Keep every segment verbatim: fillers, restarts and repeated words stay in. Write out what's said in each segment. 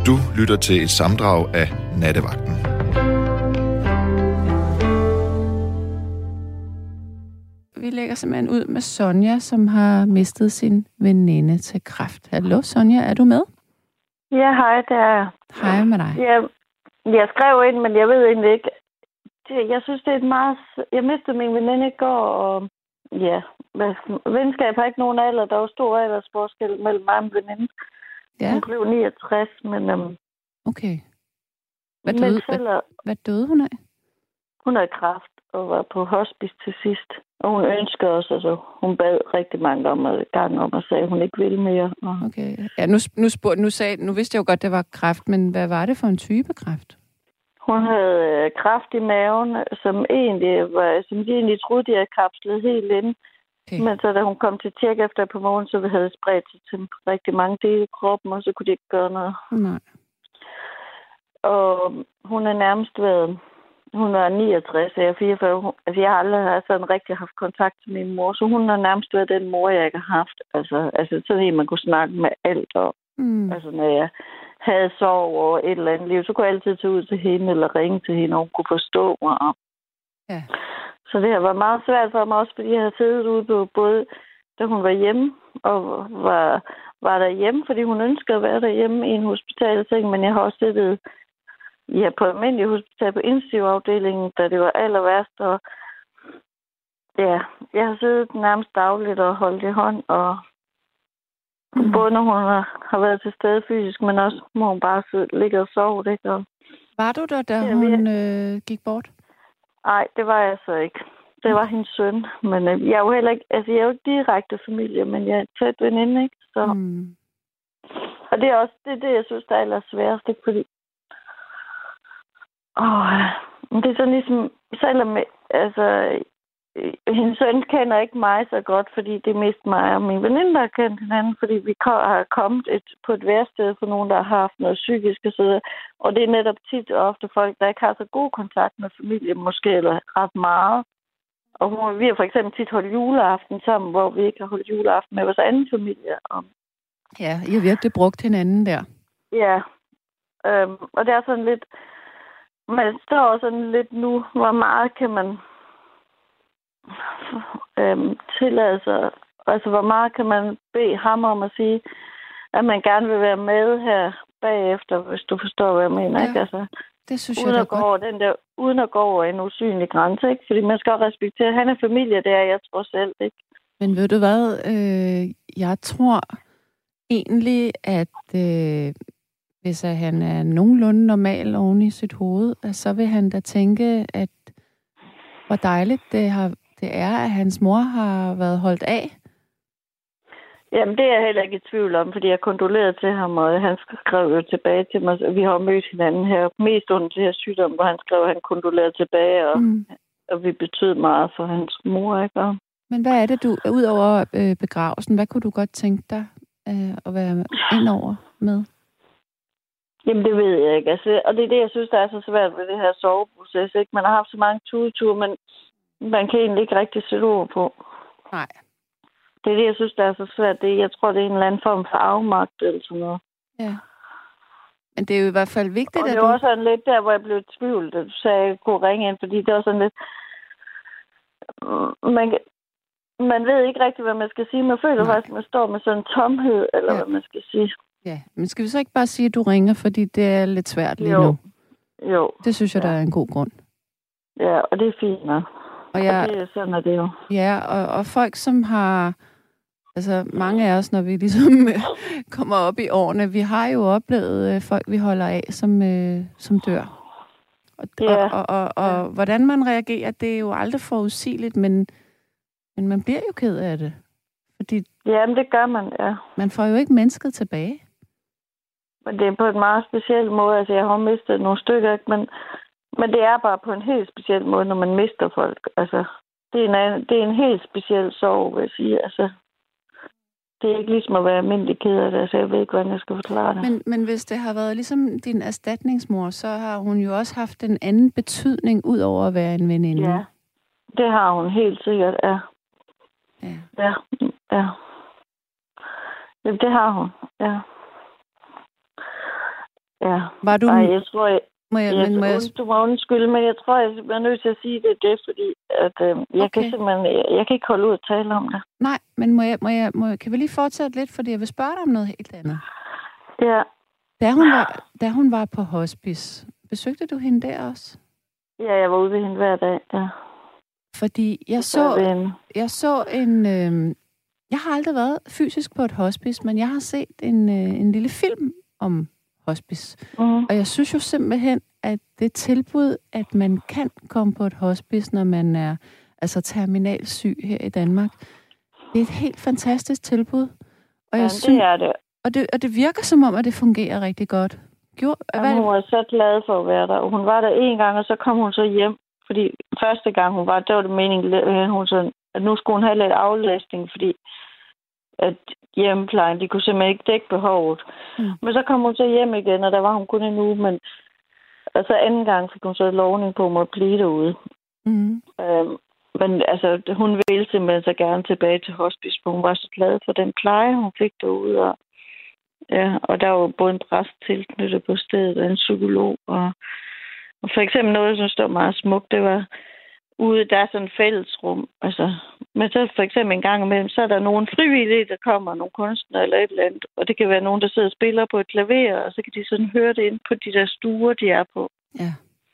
Du lytter til et sammendrag af Nattevagten. Vi lægger simpelthen ud med Sonja, som har mistet sin veninde til kræft. Hallo Sonja, er du med? Ja, hej, det er jeg. Hej med dig. Jeg, jeg skrev ind, men jeg ved egentlig ikke. Det, jeg synes, det er et meget... Jeg mistede min veninde i går, og ja, venskab har ikke nogen alder. Der var stor aldersforskel mellem mig og min veninde. Ja. Hun blev niogtres, men... Um, okay. Hvad døde, selvom, hvad, hvad døde hun af? Hun havde kræft og var på hospice til sidst. Og hun ønskede også, altså hun bad rigtig mange om at, gang om og sagde, at hun ikke ville mere. Og... Okay. Ja, nu, nu, spurgte, nu, sagde, nu vidste jeg jo godt, at det var kræft, men hvad var det for en type kræft? Hun havde kræft i maven, som egentlig var, som de egentlig troede, de havde kapslet helt ind. Okay. Men så da hun kom til tjek efter på morgen, så havde det spredt sig til rigtig mange dele i kroppen, og så kunne de ikke gøre noget. Nej. Og hun er nærmest været... Hun er niogtres, og jeg er fireogfyrre. Altså, jeg har aldrig sådan rigtig haft kontakt til min mor, så hun har nærmest været den mor, jeg ikke har haft. Altså, altså sådan en, man kunne snakke med alt om. Mm. Altså, når jeg havde sorg over et eller andet liv, så kunne jeg altid tage ud til hende eller ringe til hende, og hun kunne forstå mig. Ja. Så det har været meget svært for mig også, fordi jeg har siddet ude på både, da hun var hjemme, og var, var derhjemme, fordi hun ønskede at være derhjemme i en hospitalseng, men jeg har også siddet ja, på almindelig hospital på intensivafdelingen, da det var aller værst, og ja, jeg har siddet nærmest dagligt og holdt i hånd, og mm. både når hun har, har været til stede fysisk, men også må hun bare sidde, ligge og sove, ikke? Og, var du der, da ja, hun øh, gik bort? Nej, det var jeg så ikke. Det var hendes søn, men øh, jeg er jo heller ikke, altså jeg er jo ikke direkte familie, men jeg er tæt veninde, ikke? Så, mm. Og det er også det, det jeg synes, der er allersværest, ikke? Fordi Åh, oh, det er sådan ligesom, selvom, altså, hendes søn kender ikke mig så godt, fordi det er mest mig og min veninde, der har kendt hinanden, fordi vi har kommet et, på et værsted for nogen, der har haft noget psykisk og så, og det er netop tit og ofte folk, der ikke har så god kontakt med familie, måske, eller ret meget. Og hun, vi har for eksempel tit holdt juleaften sammen, hvor vi ikke har holdt juleaften med vores anden familie. Og... Ja, I har virkelig brugt hinanden der. Ja, øhm, og det er sådan lidt... Man står sådan lidt nu, hvor meget kan man øhm, tillade sig, altså hvor meget kan man bede ham om at sige, at man gerne vil være med her bagefter, hvis du forstår, hvad jeg mener, ja, ikke? Altså, det synes uden jeg, at gå over den der, uden at gå over en usynlig grænse, ikke? Fordi man skal også respektere, at han er familie, det er jeg tror selv, ikke? Men ved du hvad, øh, jeg tror egentlig, at øh, hvis han er nogenlunde normal oven i sit hoved, så vil han da tænke, at hvor dejligt det, har, det er, at hans mor har været holdt af. Jamen, det er jeg heller ikke i tvivl om, fordi jeg kondolerede til ham, og han skrev jo tilbage til mig. Vi har mødt hinanden her, mest under det her sygdom, hvor han skrev, at han kondolerede tilbage, og, mm. og vi betød meget for hans mor, ikke? Men hvad er det, du, ud over øh, begravelsen, hvad kunne du godt tænke dig øh, at være indover med? Jamen, det ved jeg ikke. Altså, og det er det, jeg synes, der er så svært ved det her soveproces. Ikke? Man har haft så mange tureture, men man kan egentlig ikke rigtig sætte ord på. Nej. Det er det, jeg synes, der er så svært. Det, jeg tror, det er en eller anden form for afmagt eller sådan noget. Ja. Men det er jo i hvert fald vigtigt, og at det du... var også sådan lidt der, hvor jeg blev i tvivl, da du sagde, at jeg kunne ringe ind, fordi det var sådan lidt... Man, man ved ikke rigtig, hvad man skal sige. Man føler Nej. faktisk, at man står med sådan en tomhed, eller ja. hvad man skal sige. Ja, men skal vi så ikke bare sige, at du ringer, fordi det er lidt svært lige jo. nu? Jo. Det synes jeg, ja. der er en god grund. Ja, og det er fint nok. Og, jeg, og det er sådan, er det jo. Ja, og, og folk, som har... Altså, mange af os, når vi ligesom kommer op i årene, vi har jo oplevet øh, folk, vi holder af, som, øh, som dør. Og, ja. og, og, og, og ja. hvordan man reagerer, det er jo aldrig forudsigeligt, men, men man bliver jo ked af det. Fordi jamen, det gør man, ja. Man får jo ikke mennesket tilbage. Men det er på en meget speciel måde. Altså, jeg har mistet nogle stykker, ikke? Men, men det er bare på en helt speciel måde, når man mister folk. Altså, det er en, det er en helt speciel sorg, vil jeg sige. Altså, det er ikke ligesom at være almindelig ked af det. Altså, jeg ved ikke, hvordan jeg skal forklare det. Men, men hvis det har været ligesom din erstatningsmor, så har hun jo også haft en anden betydning, ud over at være en veninde. Ja, det har hun helt sikkert, ja. Ja. Ja, ja. Jamen, det har hun, ja. Ja. Var du... Ej, jeg tror, jeg... Må jeg, jeg men må jeg... Du må undskylde, men jeg tror, jeg er nødt til at sige det, det fordi at, øh, jeg Okay. kan simpelthen... Jeg, jeg kan ikke holde ud at tale om det. Nej, men må jeg, må jeg, må jeg, kan vi lige fortsætte lidt, fordi jeg vil spørge dig om noget helt andet. Ja. Da hun var, da hun var på hospice, besøgte du hende der også? Ja, jeg var ude ved hende hver dag, ja. Fordi jeg så, jeg så en... Øh, jeg har aldrig været fysisk på et hospice, men jeg har set en, øh, en lille film om hospice. Mm. Og jeg synes jo simpelthen, at det tilbud, at man kan komme på et hospice, når man er altså terminalsyg her i Danmark, det er et helt fantastisk tilbud. Og Ja, jeg det synes, er det. og det, og det virker som om, at det fungerer rigtig godt. Gjorde, Ja, hun var så glad for at være der. Og hun var der en gang, og så kom hun så hjem. Fordi første gang hun var, der var det meningen, at, hun så, at nu skulle hun have lidt aflæsning, fordi at hjemmeplejen, de kunne simpelthen ikke dække behovet. Mm. Men så kom hun så hjem igen, og der var hun kun en uge, men og så anden gang fik hun så lovning på, at hun måtte blive derude. Mm. Øhm, men altså, hun ville simpelthen så gerne tilbage til hospice, for hun var så glad for den pleje, hun fik derude. Og, ja, og der var både en præst tilknyttet på stedet, og en psykolog. Og, og for eksempel noget, som stod meget smukt, det var ude, der er sådan et fællesrum. Altså, men så for eksempel en gang imellem, så er der nogle frivillige, der kommer, nogle kunstnere eller et eller andet. Og det kan være nogen, der sidder og spiller på et klaver, og så kan de sådan høre det ind på de der stuer, de er på. Ja.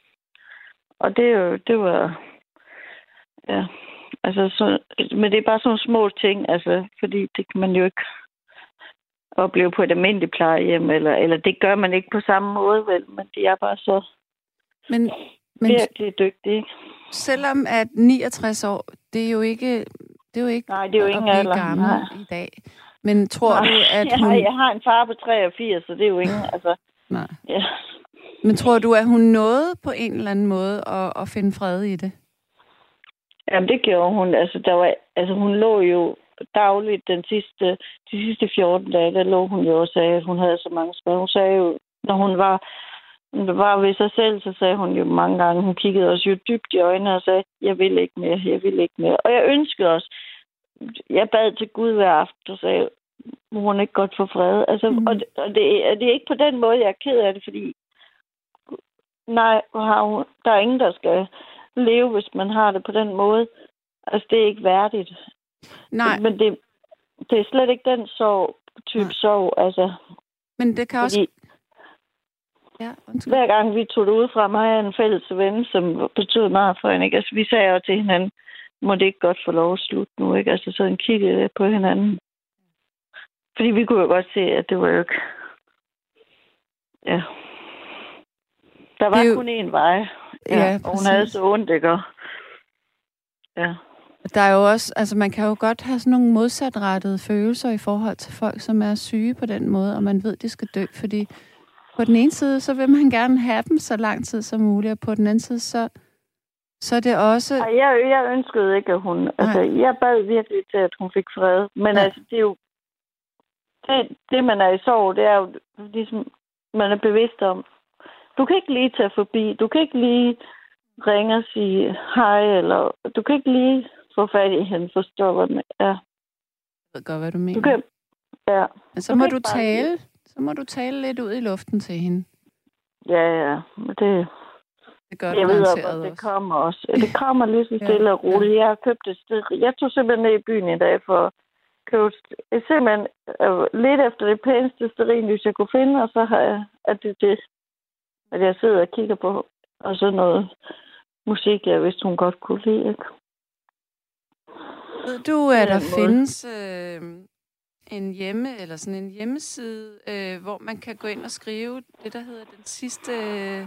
Og det er jo, det var... Ja, altså, så, men det er bare sådan små ting, altså, fordi det kan man jo ikke opleve på et almindeligt plejehjem, eller, eller det gør man ikke på samme måde, vel, men de er bare så men, men, virkelig dygtige. Selvom at niogtres år, det er jo ikke, det er jo ikke Nej, det er jo ingen alder. gammel i dag. Men tror Nej, du, at jeg, hun... har, jeg har en far på treogfirs, så det er jo ingen, altså... Nej. Ja. Men tror du, at hun nåede på en eller anden måde at, at finde fred i det? Jamen, det gjorde hun. Altså, der var, altså, hun lå jo dagligt den sidste, de sidste fjorten dage, der lå hun jo og sagde, at hun havde så mange spørgsmål. Hun sagde jo, når hun var, var ved sig selv, så sagde hun jo mange gange, hun kiggede os jo dybt i øjnene og sagde, jeg vil ikke mere, jeg vil ikke mere. Og jeg ønskede også, jeg bad til Gud hver aften og sagde, må hun ikke godt få fred. Altså, mm. Og, og det, er, det er ikke på den måde, jeg er ked af det, fordi nej, der er ingen, der skal leve, hvis man har det på den måde. Altså, det er ikke værdigt. Nej. Men det, det er slet ikke den sorg, type Nej. sorg, altså. Men det kan fordi også... Ja, hver gang vi tog det ud fra mig, en fælles ven, som betød meget for hende, ikke? Altså, vi sagde jo til hinanden, må det ikke godt få lov at slutte nu, ikke? Altså, sådan kiggede på hinanden. Fordi vi kunne jo godt se, at det var jo ikke... Ja. Der var jo kun én vej. Ja, ja, og hun havde så ondt, ikke? Ja. Der er jo også, altså man kan jo godt have sådan nogle modsatrettede følelser i forhold til folk, som er syge på den måde, og man ved, de skal dø, fordi på den ene side, så vil man gerne have dem så lang tid som muligt, og på den anden side, så, så er det også... Ej, jeg, jeg ønskede ikke, at hun... Altså, jeg bad virkelig til, at hun fik fred, men ja. altså, det er jo... Det, det, man er i sorg, det er jo ligesom, man er bevidst om. Du kan ikke lige tage forbi, du kan ikke lige ringe og sige hej, eller du kan ikke lige få fat i hende, forstår hvad det er. Jeg ved godt, hvad du mener. Du kan, ja. Men så du må du tale, lige. så må du tale lidt ud i luften til hende. Ja, ja, men det... Det gør jeg ved også, det kommer også. Det kommer lige så stille ja, og roligt. Ja. Jeg har købt et sted. Jeg tog simpelthen ned i byen i dag for at købe simpelthen uh, lidt efter det pæneste stearinlys, jeg kunne finde, og så har jeg, at det det, at jeg sidder og kigger på, og så noget musik, jeg vidste, hun godt kunne lide, ikke? Ved du, at der måde. findes øh, en hjemme, eller sådan en hjemmeside, øh, hvor man kan gå ind og skrive det, der hedder den sidste... Øh,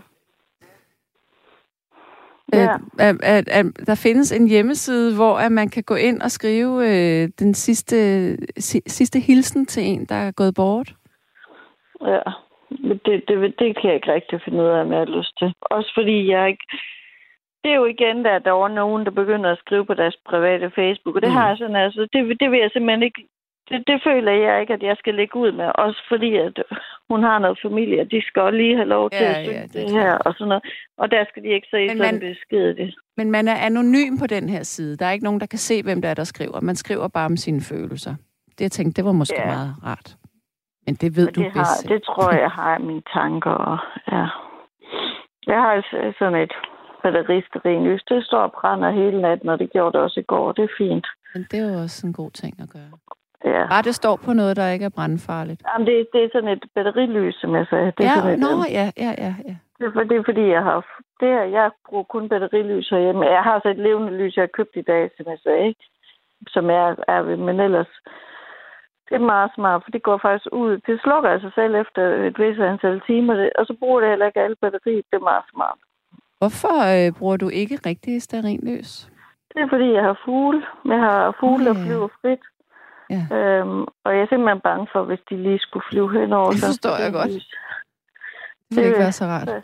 ja. at, at, at der findes en hjemmeside, hvor at man kan gå ind og skrive øh, den sidste, si, sidste hilsen til en, der er gået bort. Ja, men det, det, det kan jeg ikke rigtig finde ud af, om jeg har lyst til. Også fordi jeg ikke... Det er jo igen, der, der var nogen, der begynder at skrive på deres private Facebook, og det mm. har jeg sådan, altså, det, det vil jeg simpelthen ikke... Det, det føler jeg ikke, at jeg skal lægge ud med. Også fordi, at hun har noget familie, og de skal også lige have lov til ja, at synge ja, det, det her og sådan noget. Og der skal de ikke se sådan man, besked det. Men man er anonym på den her side. Der er ikke nogen, der kan se, hvem der er, der skriver. Man skriver bare om sine følelser. Det jeg tænkte, det var måske ja. meget rart. Men det ved Og du det bedst har, selv. det tror jeg har i mine tanker. Og, ja. Jeg har altså sådan et batteristearinlys. Det står og brænder hele natten, og det gjorde det også i går. Det er fint. Men det er jo også en god ting at gøre. Ja. Bare det står på noget, der ikke er brandfarligt. Jamen, det, det er sådan et batterilys, som jeg sagde. Det er Ja, sådan et, nå, ja, ja, ja, ja. Det er, for, det er fordi, jeg har... Det her, jeg bruger kun batterilys herhjemme. Jeg har så et levende lys, jeg har købt i dag, som jeg sagde, ikke? Som er, er ved. Men ellers... Det er meget smart, for det går faktisk ud. Det slukker af sig selv efter et vis antal timer, og så bruger det heller ikke alle batterier. Det er meget smart. Hvorfor øh, bruger du ikke rigtig stearinlys? Det er fordi, jeg har fugle. Jeg har fugle, der Oh, ja. flyver frit. Ja. Øhm, og jeg er simpelthen bange for, hvis de lige skulle flyve henover. Det forstår jeg godt. Det vil ikke være så rart.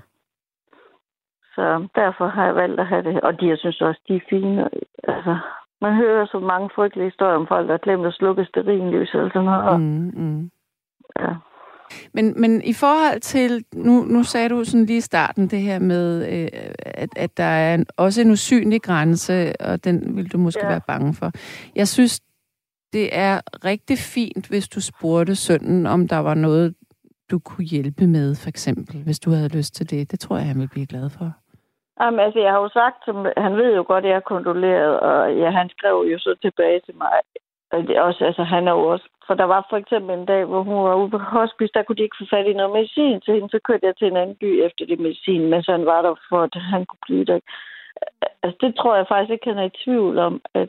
Så derfor har jeg valgt at have det. Og de, jeg synes også, de er fine. Altså, man hører så mange frygtelige historier om folk, der har glemt at slukke stearinlys eller sådan noget. Mm, mm. Ja. Men, men i forhold til, nu, nu sagde du sådan lige i starten det her med, øh, at, at der er en, også en usynlig grænse, og den vil du måske Ja. være bange for. Jeg synes, det er rigtig fint, hvis du spurgte sønnen, om der var noget, du kunne hjælpe med, for eksempel, hvis du havde lyst til det. Det tror jeg, han ville blive glad for. Jamen, altså, jeg har jo sagt, som, han ved jo godt, at jeg er kondoleret, og ja, han skrev jo så tilbage til mig. Og det er også, altså, han er jo også... For der var for eksempel en dag, hvor hun var ude på hospice, der kunne de ikke få fat i noget medicin til hende. Så kørte jeg til en anden by efter det medicin, mens han var der for, at han kunne blive der. Altså, det tror jeg faktisk ikke, han er i tvivl om, at,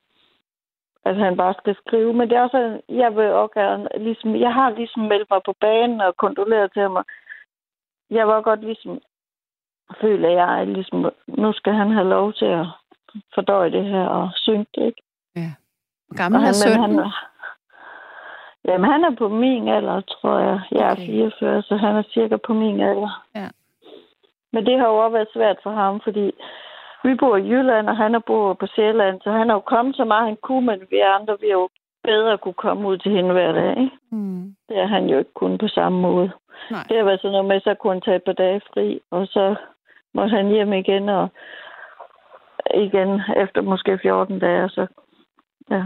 at han bare skal skrive. Men det er også, jeg vil også gerne... Ligesom, jeg har ligesom meldt mig på banen og kondoleret til mig. Jeg var godt ligesom... føler jeg, ligesom, nu skal han have lov til at fordøje det her og synge det, ikke? Ja. Hvor gammel han, er sønnen? Han, jamen, han er på min alder, tror jeg. Jeg er Okay. fireogfyrre, så han er cirka på min alder. Ja. Men det har jo også været svært for ham, fordi vi bor i Jylland, og han er bor på Sjælland, så han har jo kommet så meget, han kunne, men vi andre, vi har jo bedre kunne komme ud til hende hver dag, ikke? Mm. Det er han jo ikke kun på samme måde. Nej. Det har været sådan noget med, så kunne han tage et par dage fri, og så måtte han hjem igen, og igen efter måske fjorten dage, så ja.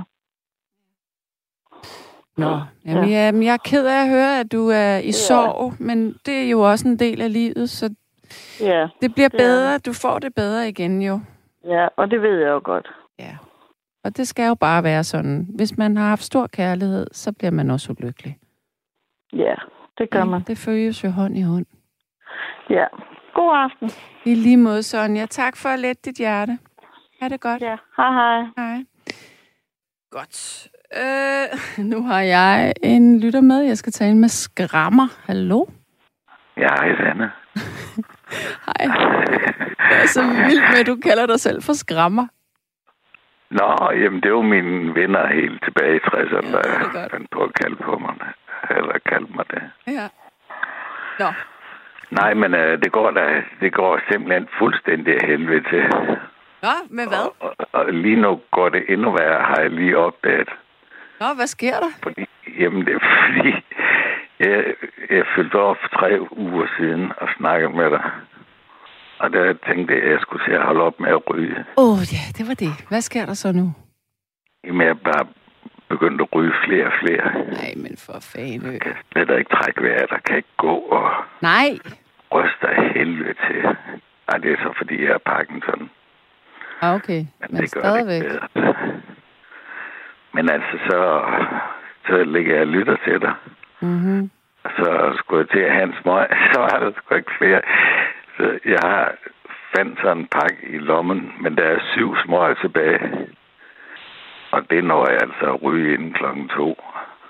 Nå, jamen, ja. Jamen, jeg er ked af at høre, at du er i Ja. sorg, men det er jo også en del af livet, så Ja, det bliver Det er bedre. Du får det bedre igen jo. ja, og det ved jeg jo godt. Ja. Og det skal jo bare være sådan. Hvis man har haft stor kærlighed, så bliver man også ulykkelig. Ja, det gør man. Det følges jo hånd i hånd. Ja. God aften. I lige måde, Sonja. Tak for at lette dit hjerte. Ha' det godt. Ja, hej hej. Hej. Godt. Øh, nu har jeg en lytter med. Jeg skal tale med Skrammer. Hallo? Ja, hej Sanne. Hej. Jeg er så vild med, at du kalder dig selv for Skrammer. Nå, jamen det var mine venner helt tilbage i tresserne, Ja, det er der godt. fandt på at kalde på mig. Eller kaldte mig det. Ja. Nå. Nej, men uh, det går da, det går simpelthen fuldstændig af helvede til. Nå, med hvad? Og, og, og lige nu går det endnu værre, har jeg lige opdaget. Nå, hvad sker der? Fordi, jamen det er fordi, jeg, jeg fyldte op for tre uger siden og snakkede med dig. Og der tænkte jeg, at jeg skulle til at holde op med at ryge. Åh, oh, ja, det var det. Hvad sker der så nu? Jamen jeg er bare begyndt at ryge flere og flere. Nej, men for fanden. Jeg kan slet ikke trække vejret, der kan ikke gå og Nej. ryster af helvede til. Nej, det er så fordi, jeg er Parkinson. Ah, okay. Men, Men det gør stadigvæk. det ikke bedre. Men altså, så, så ligger jeg og lytter til dig. Mhm. Og så skulle jeg til at have en smøg. Så var der sgu ikke flere. Så jeg har fandt sådan en pakke i lommen, men der er syv smøg tilbage. Og det når jeg altså at ryge inden klokken to.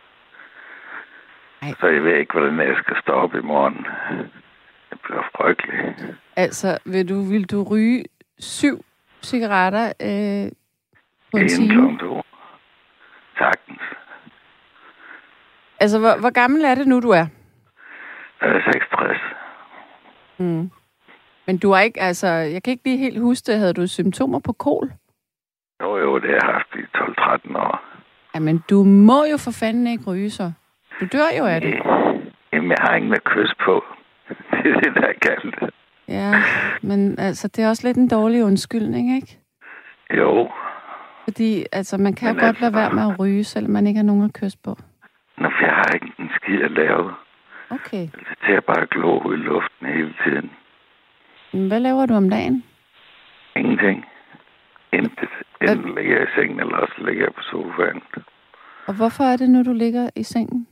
Ej. Så jeg ved ikke, hvordan jeg skal stoppe i morgen. Det bliver frygteligt. Altså, vil du, vil du ryge syv cigaretter øh, på en Inden time? klokken to. Sagtens. Altså, hvor, hvor gammel er det nu, du er? Jeg er seksogtres. Mm. Men du har ikke, altså, jeg kan ikke lige helt huske det. Havde du symptomer på kol? Jo, jo, det har jeg haft i tolv tretten år. Jamen, du må jo for fanden ikke ryge så. Du dør jo af det. Jamen, jeg har ingen med kys på. Det er det, der er galt. Ja, men altså, det er også lidt en dårlig undskyldning, ikke? Jo. Fordi, altså, man kan Men jo godt altså- lade være med at ryge, selvom man ikke har nogen at kysse på. Nå, for jeg har ikke en skid at lave. Okay. Det tager bare glo ud i luften hele tiden. Hvad laver du om dagen? Ingenting. Intet. Enten ligger jeg i sengen, eller også ligger jeg på sofaen. Og hvorfor er det nu, du ligger i sengen?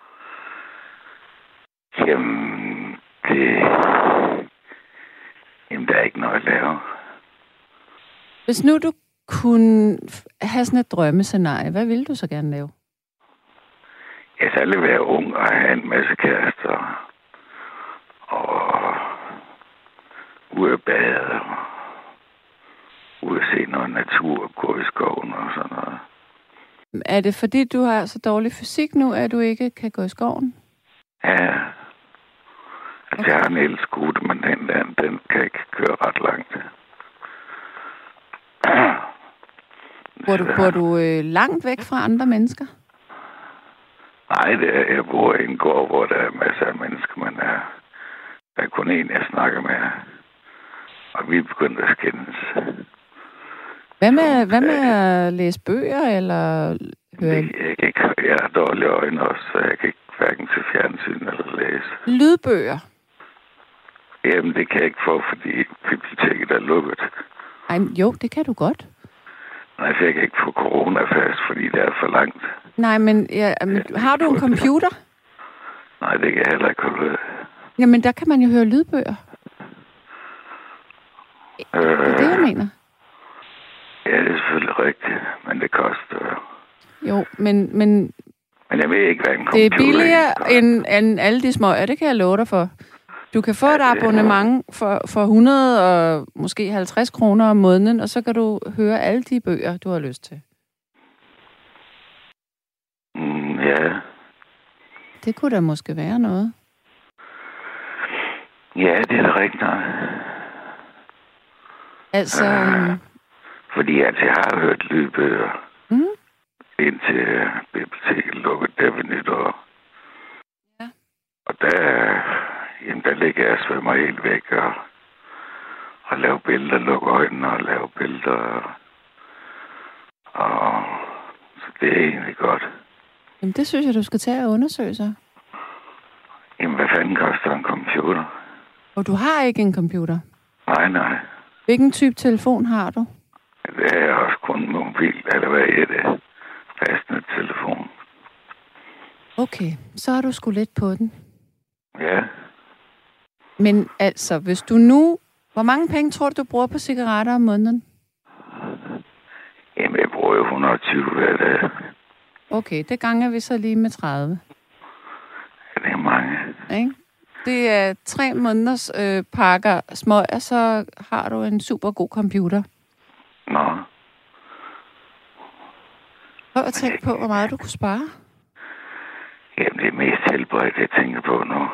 Jamen, det... Jamen, der er ikke noget at lave. Hvis nu du kunne have sådan et drømmescenarie, hvad ville du så gerne lave? Jeg skal aldrig være ung og have en masse kærester. Og ude at bade. Og ude at se noget natur og gå i skoven og sådan noget. Er det fordi, du har så dårlig fysik nu, at du ikke kan gå i skoven? Ja. Altså, okay. Jeg har en elskuter, men den der, den kan ikke køre ret langt. Bor du, bor du øh, langt væk fra andre mennesker? Nej, det er, jeg bor i en gård, hvor der er masser af mennesker, men er, der er kun en, jeg snakker med. Og vi er begyndt at skændes. Hvad med, hvad med at læse bøger, eller høre... Det, jeg, kan ikke, jeg har dårlige øjne også, så jeg kan ikke hverken til fjernsyn eller læse. Lydbøger? Jamen, det kan jeg ikke få, fordi biblioteket er lukket. Ej, jo, det kan du godt. Nej, så jeg kan ikke få corona fast, fordi det er for langt. Nej, men ja, men har du en computer? Nej, det kan jeg heller ikke holde ud. Jamen, der kan man jo høre lydbøger. Øh, det er det, jeg mener. Ja, det er selvfølgelig rigtigt, men det koster... Jo, men... Men, men jeg ved ikke, hvad en computer... Det er billigere end, end alle de små, ja, det kan jeg love dig for. Du kan få ja, et abonnement for, for hundrede og måske halvtreds kroner om måneden, og så kan du høre alle de bøger, du har lyst til. Mm, ja. Det kunne da måske være noget. Ja, det er da rigtigt nok. Altså... Uh, fordi altså, jeg har hørt lydbøger, mm. indtil biblioteket lukkede der ved nytår. Ja. Og der... Jamen, der ligger jeg og svømmer helt væk og, og laver billeder, lukker øjnene og laver billeder. Og, og, så det er egentlig godt. Jamen, det synes jeg, du skal tage og undersøge så. Jamen, hvad fanden koster en computer? Og du har ikke en computer? Nej, nej. Hvilken type telefon har du? Det er også kun mobil, eller hvad er det? Fastnet telefon. Okay, så har du sgu lidt på den. Ja. Men altså, hvis du nu... Hvor mange penge tror du, du bruger på cigaretter om måneden? Jamen, jeg bruger jo et hundrede og tyve hver dag. Okay, det ganger vi så lige med tredive. Ja, det er mange. Ikke? Det er tre måneders øh, pakker smøger, så har du en super god computer. Nå. Prøv at tænke på, hvor meget du kunne spare. Jamen, det er mest helbred, jeg tænker på nu.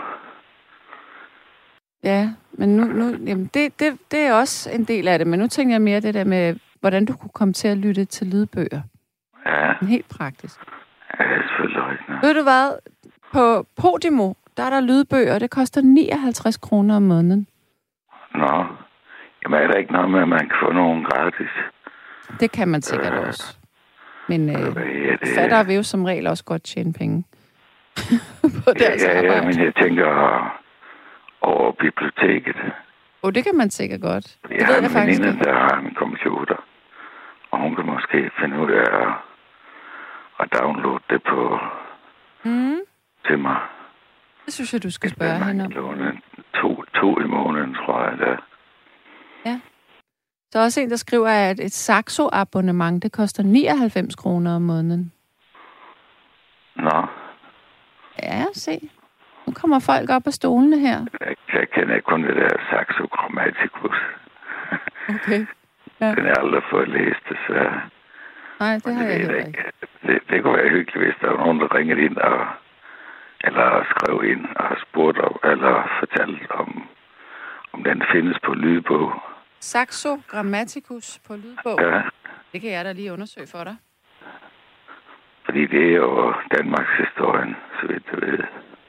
Ja, men nu, nu jamen det, det, det er også en del af det, men nu tænker jeg mere det der med, hvordan du kunne komme til at lytte til lydbøger. Ja. Helt praktisk. Ja, det er selvfølgelig rigtigt. Ved du hvad? På Podimo, der er der lydbøger, og det koster nioghalvtreds kroner om måneden. Nå. Jamen, er der ikke noget med, at man kan få nogen gratis? Det kan man sikkert øh, også. Men øh, fatter vil jo som regel også godt tjene penge på deres ja, ja, arbejde. Ja, men jeg tænker over biblioteket. Oh, det kan man sikkert godt. Jeg det har ved en jeg veninde, der har en computer, og hun kan måske finde ud af at, at downloade det på mm. til mig. Det synes jeg, du skal spørge hende om. To, to i måneden, tror jeg, der. Ja. Så er også en, der skriver, at et Saxo-abonnement, det koster nioghalvfems kroner om måneden. Nå. Ja, se. Nu kommer folk op af stolene her. Jeg, jeg kender kun det der Saxo Grammaticus. Okay. Ja. Den har jeg aldrig fået læst, så... Nej, det har det jeg heller ikke. Det, det kunne være hyggeligt, hvis der var nogen, der ringede ind og... Eller skrev ind og spurgte om... Eller fortalte om... Om den findes på lydbog. Saxo Grammaticus på lydbog? Ja. Det kan jeg da lige undersøge for dig. Fordi det er jo Danmarks historien, så vidt du ved.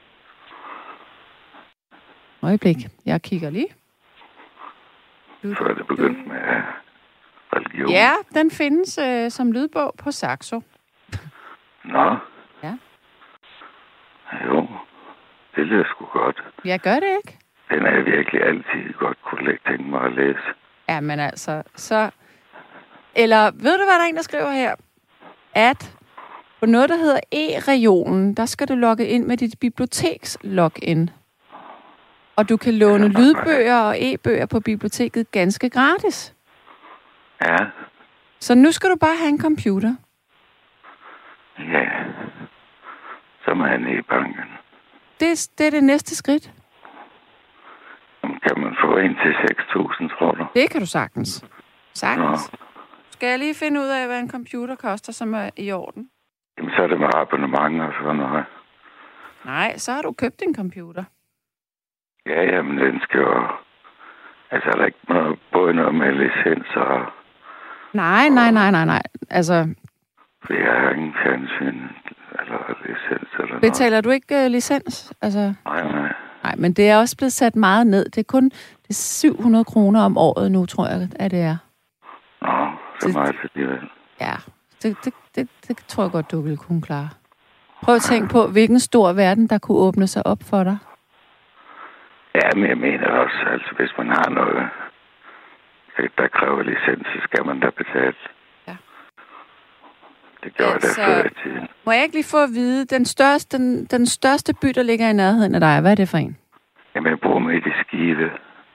Øjeblik, jeg kigger lige. Før det begyndte med religion. Ja, den findes øh, som lydbog på Saxo. Nå. Ja. Det lyder sgu godt. Jeg gør det ikke. Den er jeg virkelig altid godt kunne lægge tænke mig at læse. Ja, men altså, så... Eller, ved du, hvad der er en, der skriver her? At på noget, der hedder e-regionen, der skal du logge ind med dit biblioteks-login. Og du kan låne lydbøger og e-bøger på biblioteket ganske gratis. Ja. Så nu skal du bare have en computer. Ja. Så må han i banken. Det, det er det næste skridt. Kan man få en til seks tusind, tror du? Det kan du sagtens. Sagtens. Nå. Skal jeg lige finde ud af, hvad en computer koster, som er i orden? Jamen, så er det med abonnement og sådan noget. Nej, så har du købt en computer. Ja, jamen, den skal jo... Altså, er der ikke noget, både noget med licens og... Nej, nej, nej, nej, nej. Altså... For jeg har ingen fjernsyn eller licens eller noget. Betaler du ikke uh, licens? Altså... Nej, nej. Nej, men det er også blevet sat meget ned. Det er kun det er syv hundrede kroner om året nu, tror jeg, at det er. Nå, så det, meget alligevel. Ja, det, det, det, det tror jeg godt, du ville kunne klare. Prøv at tænke på, hvilken stor verden, der kunne åbne sig op for dig. Ja, men jeg mener også, altså hvis man har noget, der kræver licens, så skal man da betale. Ja. Det gjorde altså, jeg da før i tiden. Må jeg ikke lige få at vide, den største, den, den største by, der ligger i nærheden af dig, hvad er det for en? Jamen, jeg bor midt i Skive.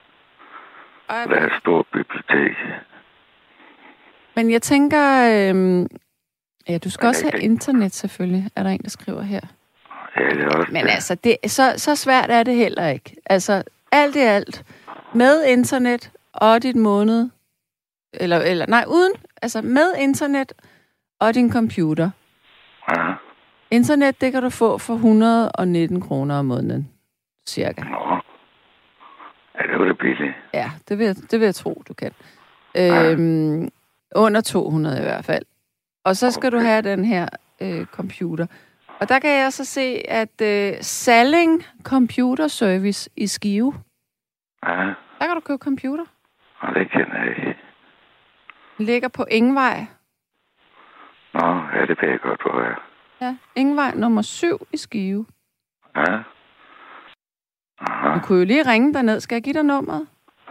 Og der er et stort bibliotek. Men jeg tænker, øhm, ja, du skal men også have kan... internet selvfølgelig, er der en, der skriver her. Ja, det er også Men det. altså, det, så, så svært er det heller ikke. Altså, alt i alt, med internet og dit måned, eller, eller nej, uden, altså med internet og din computer. Ja. Internet, det kan du få for et hundrede og nitten kroner om måneden, cirka. Nå. Ja, det var det billigt. Ja, det vil, det vil jeg tro, du kan. Ja. Øhm, under to hundrede i hvert fald. Og så skal okay. du have den her øh, computer. Og der kan jeg så se, at øh, Salling Computer Service i Skive, ja. Der kan du købe computer. Og det kender jeg ikke. Den ligger på Ingvej. Nå, ja, det ved jeg godt, hvor jeg er. Ja, Ingvej nummer syv i Skive. Ja. Aha. Du kunne jo lige ringe derned. Skal jeg give dig nummeret?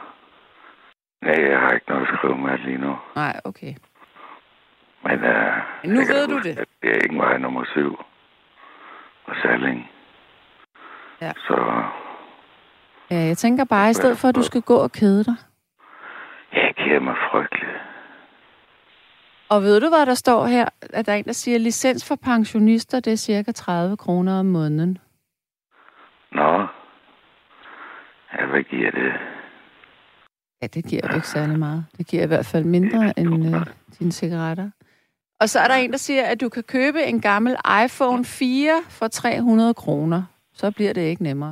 Nej, jeg har ikke noget at skrive med lige nu. Nej, okay. Men, uh, Men nu ved du huske, det. Det er Ingvej nummer syv. Og Salling. Ja. Så... Ja, jeg tænker bare, i stedet for, at du skal gå og kede dig. Jeg keder mig frygteligt. Og ved du, hvad der står her? At der er en, der siger, licens for pensionister, det er cirka tredive kroner om måneden. Nå. Ja, hvad giver det? Ja, det giver jo ikke særlig meget. Det giver i hvert fald mindre end øh, dine cigaretter. Og så er der en, der siger, at du kan købe en gammel iPhone fire for tre hundrede kroner. Så bliver det ikke nemmere.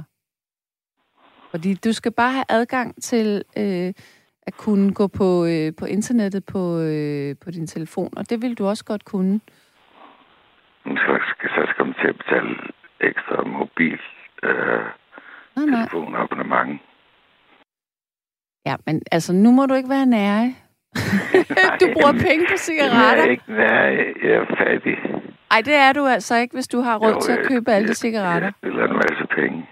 Fordi du skal bare have adgang til øh, at kunne gå på, øh, på internettet på, øh, på din telefon. Og det vil du også godt kunne. Så skal, så skal man til at betale ekstra mobil øh, telefonabonnement. Ja, men altså, nu må du ikke være nære. Du bruger penge på cigaretter. Jeg er ikke nære. Jeg er fattig. Ej, det er du altså ikke, hvis du har råd jo, til at købe alle de cigaretter. Jeg spiller en masse penge.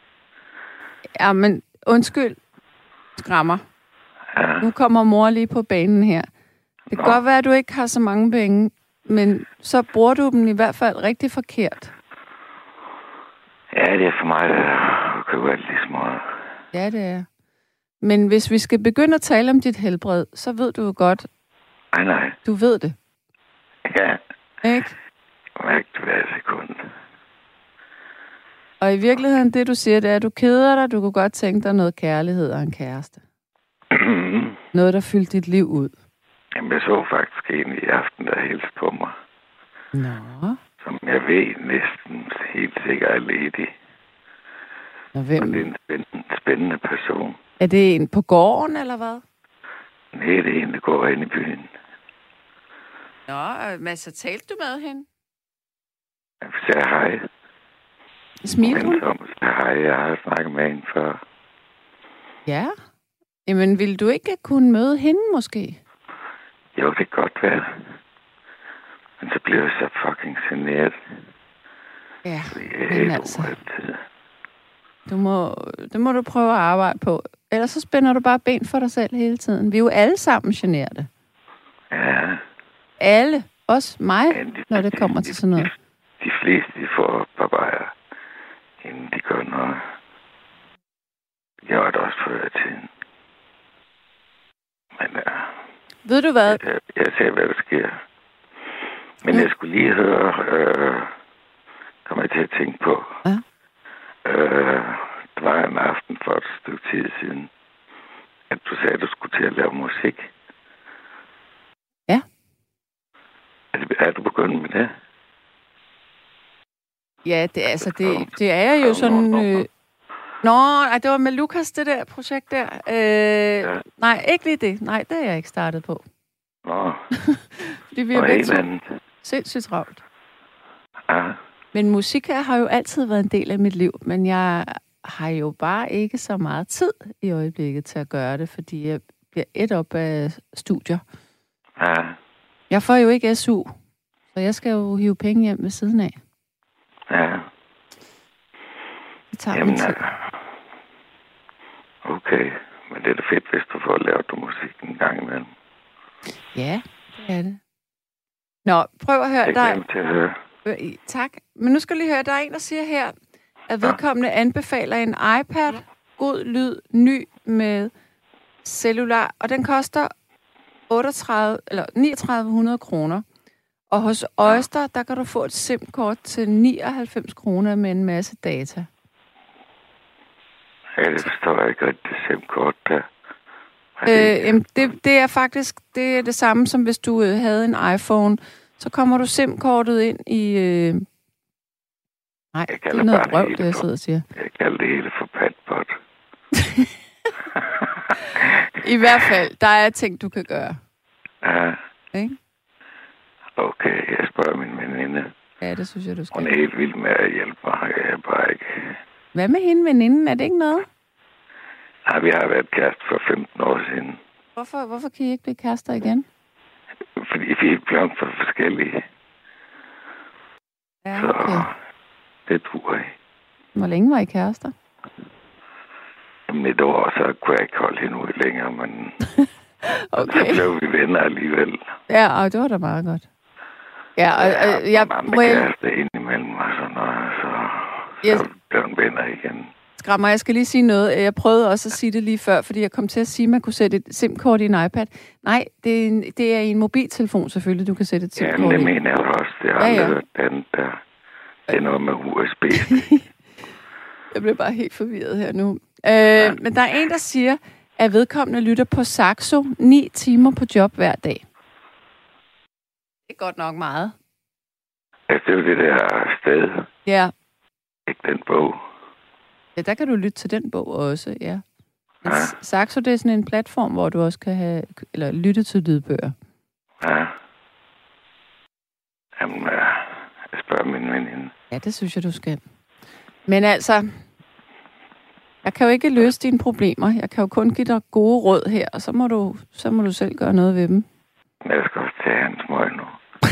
Ja, men undskyld, skræmmer. Ja. Nu kommer mor lige på banen her. Det kan Nå. godt være, at du ikke har så mange penge, men så bruger du dem i hvert fald rigtig forkert. Ja, det er for mig, at købe alt de små. Ja, det er. Men hvis vi skal begynde at tale om dit helbred, så ved du jo godt. Nej, nej. Du ved det. Ja. Ikke? Mærkt hver sekund. Og i virkeligheden, det du siger, det er, at du keder dig. Du kunne godt tænke dig noget kærlighed og en kæreste. Noget, der fyldte dit liv ud. Jamen, jeg så faktisk en i aften, der hilste på mig. Nå. Som jeg ved næsten helt sikkert er ledig. Nå, hvem? Og det er en spændende, spændende person. Er det en på gården, eller hvad? Nej, det er en, der går ind i byen. Nå, men så talte du med hende? Jeg sagde hej. Smilte hun? Hej, jeg har snakket med hende før. Ja? Jamen, ville du ikke kunne møde hende, måske? Jo, det kan godt være. Men så bliver jeg så fucking generet. Ja, men altså... Du må, det må du prøve at arbejde på. Ellers så spænder du bare ben for dig selv hele tiden. Vi er jo alle sammen generede. Ja. Alle. Også mig, Ja, de, når det kommer de, til sådan noget. De, de fleste, de får papaya, inden de gør noget. Jeg var det også før i tiden. Men ja. Ved du hvad? Jeg, jeg ser, hvad der sker. Men ja. Jeg skulle lige høre, øh, kommer jeg til at tænke på. Ja. Øh, det var en aften for et stykke tid siden, at du sagde, at du skulle til at lave musik. Ja. Er, det, er du begyndt med det? Ja, det, altså, det, det er jo sådan... Øh... Nå, ej, det var med Lukas, det der projekt der. Øh, ja. Nej, ikke lige det. Nej, det er jeg ikke startet på. Nå. Fordi vi er begge to sindssygt travlt. Ja. Men musik har jo altid været en del af mit liv, men jeg har jo bare ikke så meget tid i øjeblikket til at gøre det, fordi jeg bliver et op af studier. Ja. Jeg får jo ikke S U, så jeg skal jo hive penge hjem ved siden af. Ja. Det tager Jamen, min tid. Okay, men det er da fedt, hvis du får lavet du musik en gang imellem. Ja, det er det. Nå, prøv at høre. Jeg der glemte til at høre. Øh, tak. Men nu skal du lige høre, der er en, der siger her, at vedkommende anbefaler en iPad, god lyd, ny med cellular, og den koster otteogtredive eller niogtredive hundrede kroner. Og hos Oyster, der kan du få et SIM-kort til nioghalvfems kroner med en masse data. Ja, det forstår jeg ikke rigtig, det SIM-kort der. Øh, jamen, det, det er faktisk det, er det samme, som hvis du øh, havde en iPhone. Så kommer du SIM-kortet ind i... Øh... Nej, det er noget røv, det jeg sidder og siger. Jeg kalder det hele for patbot. I hvert fald, der er ting, du kan gøre. Ja. Ikke? Okay, jeg spørger min veninde. Ja, det synes jeg, du skal. Hun er helt vild med at hjælpe mig. Jeg er bare ikke... Hvad med hende, veninden? Er det ikke noget? Nej, vi har været kæreste for femten år siden. Hvorfor, hvorfor kan I ikke blive kærester igen? Fordi vi er blevet for forskellige. Ja, okay. Så det duer ikke. Hvor længe var I kærester? Om et år, så kunne jeg ikke holde hende ud længere, men okay. så blev vi venner alligevel. Ja, og det var da meget godt. Ja, og, ja, og jeg... Må jeg... kæreste indimellem og sådan noget, så, yes. så blev vi venner igen. Skrammer, jeg skal lige sige noget. Jeg prøvede også at sige det lige før, fordi jeg kom til at sige, at man kunne sætte et SIM-kort i en iPad. Nej, det er, en, det er i en mobiltelefon selvfølgelig, du kan sætte et SIM-kort i. Ja, det mener jeg også. Det har ja, ja. Hørt den der. Det er noget med U S B. Jeg bliver bare helt forvirret her nu. Øh, ja. Men der er en, der siger, at vedkommende lytter på Saxo ni timer på job hver dag. Det er godt nok meget. Ja, det er jo det der sted. Ja. Ikke den bog. Ja, der kan du lytte til den bog også, ja. Ja. Saxo, det er sådan en platform, hvor du også kan have, eller lytte til lydbøger. Ja. Jamen, jeg spørger min veninde. Ja, det synes jeg, du skal. Men altså, jeg kan jo ikke løse dine problemer. Jeg kan jo kun give dig gode råd her, og så må du, så må du selv gøre noget ved dem. Jeg skal også tage hans møg nu.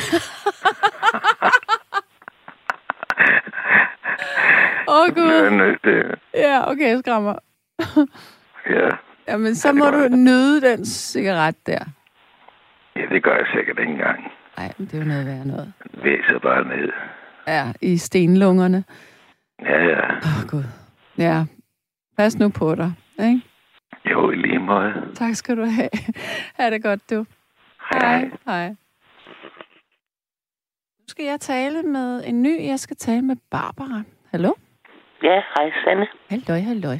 Åh, oh, Gud. Jeg er nødt til. Ja, okay, jeg skræmmer. Ja. Jamen, så må du nyde den cigaret der. Ja, det gør jeg sikkert ikke engang. Nej, men det er jo noget værd noget. Væser bare ned. Ja, i stenlungerne. Ja, ja. Åh, oh, Gud. Ja, pas nu på dig, ikke? Jo, i lige måde. Tak skal du have. Ha' det godt, du. Hej. Hej. Hej. Nu skal jeg tale med en ny. Jeg skal tale med Barbara. Hallo? Ja, hej Sanne. Halløj, halløj.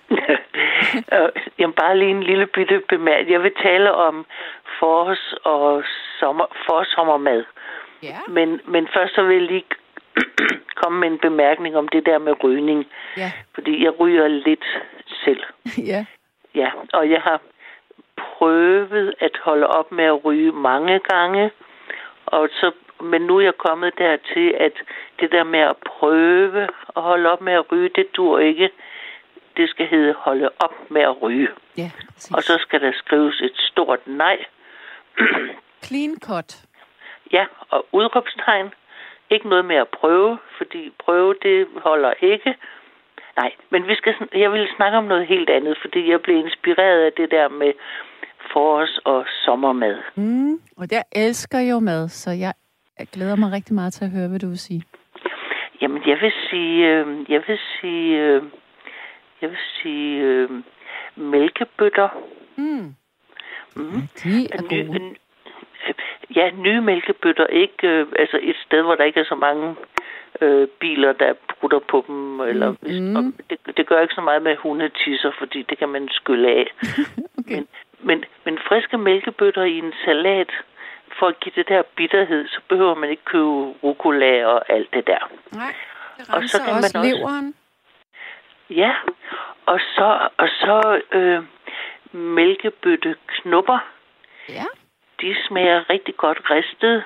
Jamen bare lige en lille bitte bemærkning. Jeg vil tale om forårs- og sommer, forårssommermad. Ja. Men, men først så vil jeg lige komme med en bemærkning om det der med rygning. Ja. Fordi jeg ryger lidt selv. Ja. Ja, og jeg har prøvet at holde op med at ryge mange gange. Og så, men nu er jeg kommet dertil, at det der med at prøve at holde op med at ryge, det dur ikke. Det skal hedde holde op med at ryge. Ja, og så skal der skrives et stort nej. Clean cut. Ja, og udråbstegn. Ikke noget med at prøve, fordi prøve, det holder ikke. Nej, men vi skal, jeg vil snakke om noget helt andet, fordi jeg blev inspireret af det der med forårs- og sommermad. Mm, og jeg elsker jo mad, så jeg glæder mig rigtig meget til at høre, hvad du vil sige. Jamen, jeg vil sige, øh, jeg vil sige, øh, jeg vil sige øh, mælkebøtter. Mm. Mm. Ja, de er Ny, gode. n- ja, nye mælkebøtter, ikke øh, altså et sted, hvor der ikke er så mange øh, biler, der brutter på dem, eller Mm. og det, det gør ikke så meget med hundetisser, fordi det kan man skylle af. Okay. Men, men, men friske mælkebøtter i en salat, for at give det der bitterhed, så behøver man ikke købe rucola og alt det der. Nej, det Og så renser kan man også også- leveren. Ja, og så, og så øh, mælkebøtteknupper. Ja. De smager rigtig godt ristet.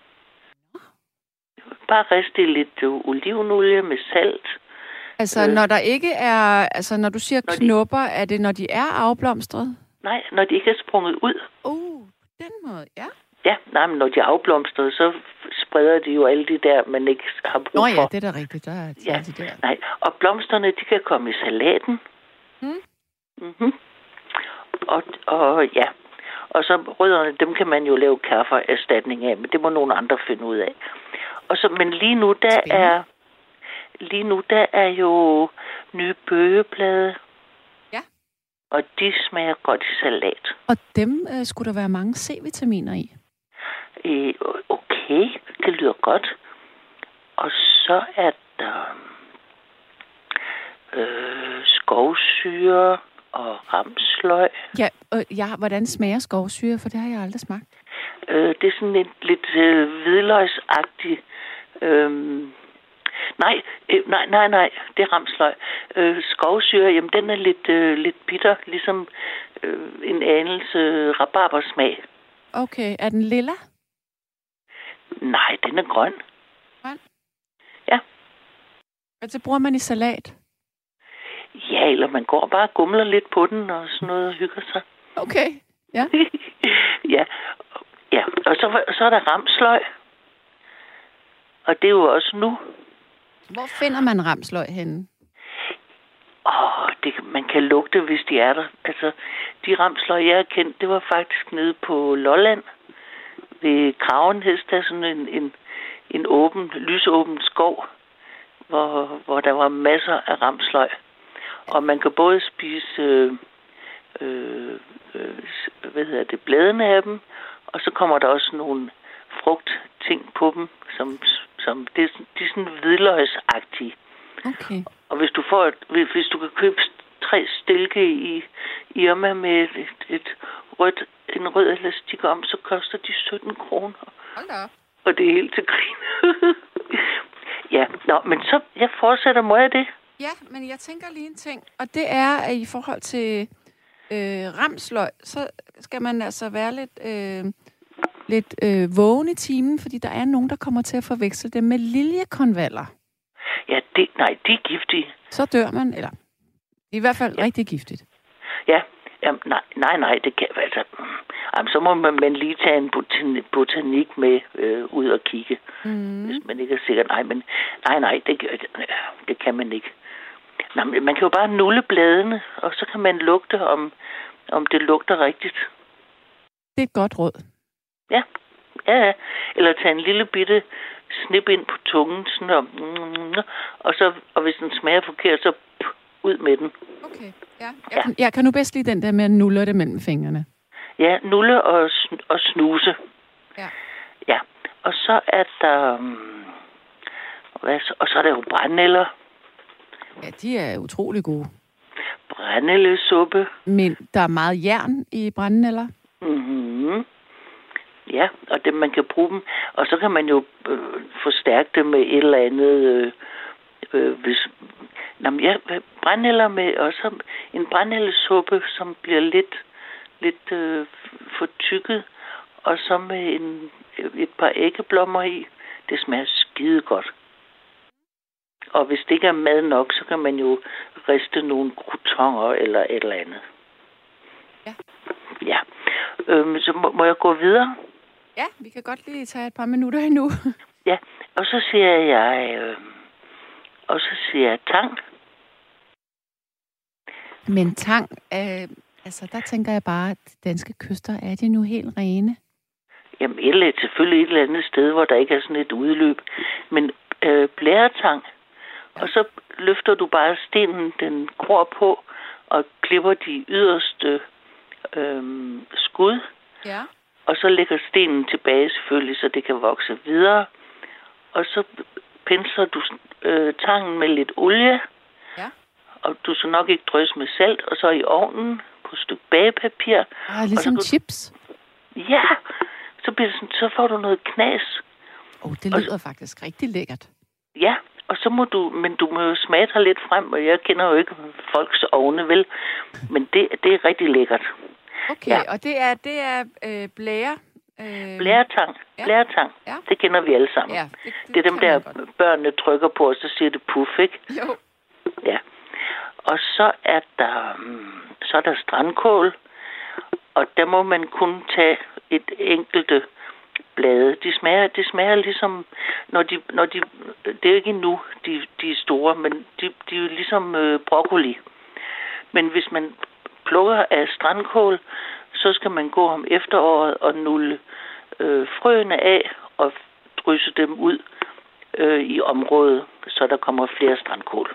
Bare riste i lidt øh, olivenolie med salt. Altså, Øh. når der ikke er... Altså, når du siger Når de- knupper, er det, når de er afblomstret? Nej, når de ikke er sprunget ud. Uh, på den måde, ja. Ja, nej, men når de er afblomstrede, så spreder de jo alle de der, man ikke har brug Nå for. ja, det er da rigtigt. Der er Ja. ja. de der. Nej, og blomsterne, de kan komme i salaten. Mm. Mhm. Og, og ja, og så rødderne, dem kan man jo lave kaffeerstatning af, men det må nogle andre finde ud af. Og så, men lige nu, der Spændende. er lige nu, der er jo nye bøgeblade. Ja. Og de smager godt i salat. Og dem øh, skulle der være mange C-vitaminer i. Øh, okay, det lyder godt. Og så er der øh, skovsyre og ramsløg. Ja, øh, ja, hvordan smager skovsyre? For det har jeg aldrig smagt. Øh, det er sådan en lidt øh, hvidløgsagtig... Øh, nej, øh, nej, nej, nej, det er ramsløg. Øh, skovsyre, jamen den er lidt, øh, lidt bitter, ligesom øh, en anelse rabarbersmag. Okay, er den lilla? Nej, den er grøn. Altså, bruger man i salat? Ja, eller man går bare og gumler lidt på den og sådan noget og hygger sig. Okay, ja. ja. ja, og så, så er der ramsløg. Og det er jo også nu. Hvor finder man ramsløg henne? Åh, det, man kan lugte, hvis de er der. Altså, de ramsløg, jeg har kendt, det var faktisk nede på Lolland. Ved Kravenhest, der er sådan en, en, en åben, lysåben skov, hvor, hvor der var masser af ramsløg. Og man kan både spise øh, øh, øh, hvad hedder det, bladene af dem, og så kommer der også nogle frugtting på dem, som, som det, er- de er sådan hvidløgsagtige. Okay. Og hvis du får et, hvis hvis du kan købe tre stilke i Irma med et, et rødt, en rød elastik om, så koster de sytten kroner. Hold da op. Og det er helt til grin. ja, nå, men så jeg fortsætter, må jeg det? Ja, men jeg tænker lige en ting, og det er, at i forhold til øh, ramsløg, så skal man altså være lidt, øh, lidt øh, vågen i timen, fordi der er nogen, der kommer til at forveksle dem med liljekonvaller. Ja, det, nej, de er giftige. Så dør man, eller det er i hvert fald ja. rigtig giftigt. Ja, jamen, nej, nej, nej, det kan altså... Jamen, så må man, man lige tage en botan, botanik med øh, ud og kigge, Mm. hvis man ikke er sikker. Nej, men nej, nej, det, det kan man ikke. Nej, men man kan jo bare nulle bladene, og så kan man lugte, om, om det lugter rigtigt. Det er et godt råd. Ja, ja, ja. Eller tage en lille bitte snip ind på tungen, sådan og, og, så, og hvis den smager forkert, så ud med den. Okay, ja. Jeg, kan, jeg kan nu bedst lide den der med at nulle det mellem fingrene. Ja, nulle og, sn- og snuse. Ja. Ja, og så er der... Um, hvad så? Og så er der jo brændenælder. Ja, de er utrolig gode. Brændenældesuppe. Men der er meget jern i brændenælder. Mhm. Ja, og det, man kan bruge dem. Og så kan man jo øh, forstærke det med et eller andet... Øh, øh, hvis, jamen, ja, brændenælder med også en brændenældesuppe, som bliver lidt, lidt øh, fortykket. Og så med en, et par æggeblommer i. Det smager skide godt. Og hvis det ikke er mad nok, så kan man jo riste nogle croutoner eller et eller andet. Ja. Ja. Øhm, så må, må jeg gå videre? Ja, vi kan godt lige tage et par minutter endnu. Ja, og så siger jeg, øh, og så siger jeg tang. Men tang, øh, altså der tænker jeg bare, at danske kyster, er de nu helt rene? Jamen, et, selvfølgelig et eller andet sted, hvor der ikke er sådan et udløb. Men øh, blæretang, ja. Og så løfter du bare stenen, den gror på, og klipper de yderste øh, skud. Ja. Og så lægger stenen tilbage selvfølgelig, så det kan vokse videre. Og så pensler du øh, tangen med lidt olie. Ja. Og du så nok ikke drøs med salt, og så i ovnen på et stykke bagepapir. Ah, ligesom og chips? Ja, så, bliver det sådan, så får du noget knas. Oh, det lyder og, faktisk rigtig lækkert. Ja, og så må du, men du må jo smage dig lidt frem, og jeg kender jo ikke folks ovne, vel? Men det, det er rigtig lækkert. Okay, ja. Og det er, det er øh, blære? Øh... Blæretang. Ja. Blæretang. Ja. Det kender vi alle sammen. Ja, det, det, det er dem der, børnene trykker på, og så siger det puff, ikke? Jo. Ja. Og så er der, så er der strandkål, og der må man kun tage et enkelte blade. De smager, de smager ligesom, når de, når de, det er ikke endnu, de, de er store, men de, de er jo ligesom øh, broccoli. Men hvis man plukker af strandkål, så skal man gå om efteråret og nulle øh, frøene af og drysse dem ud øh, i området, så der kommer flere strandkål.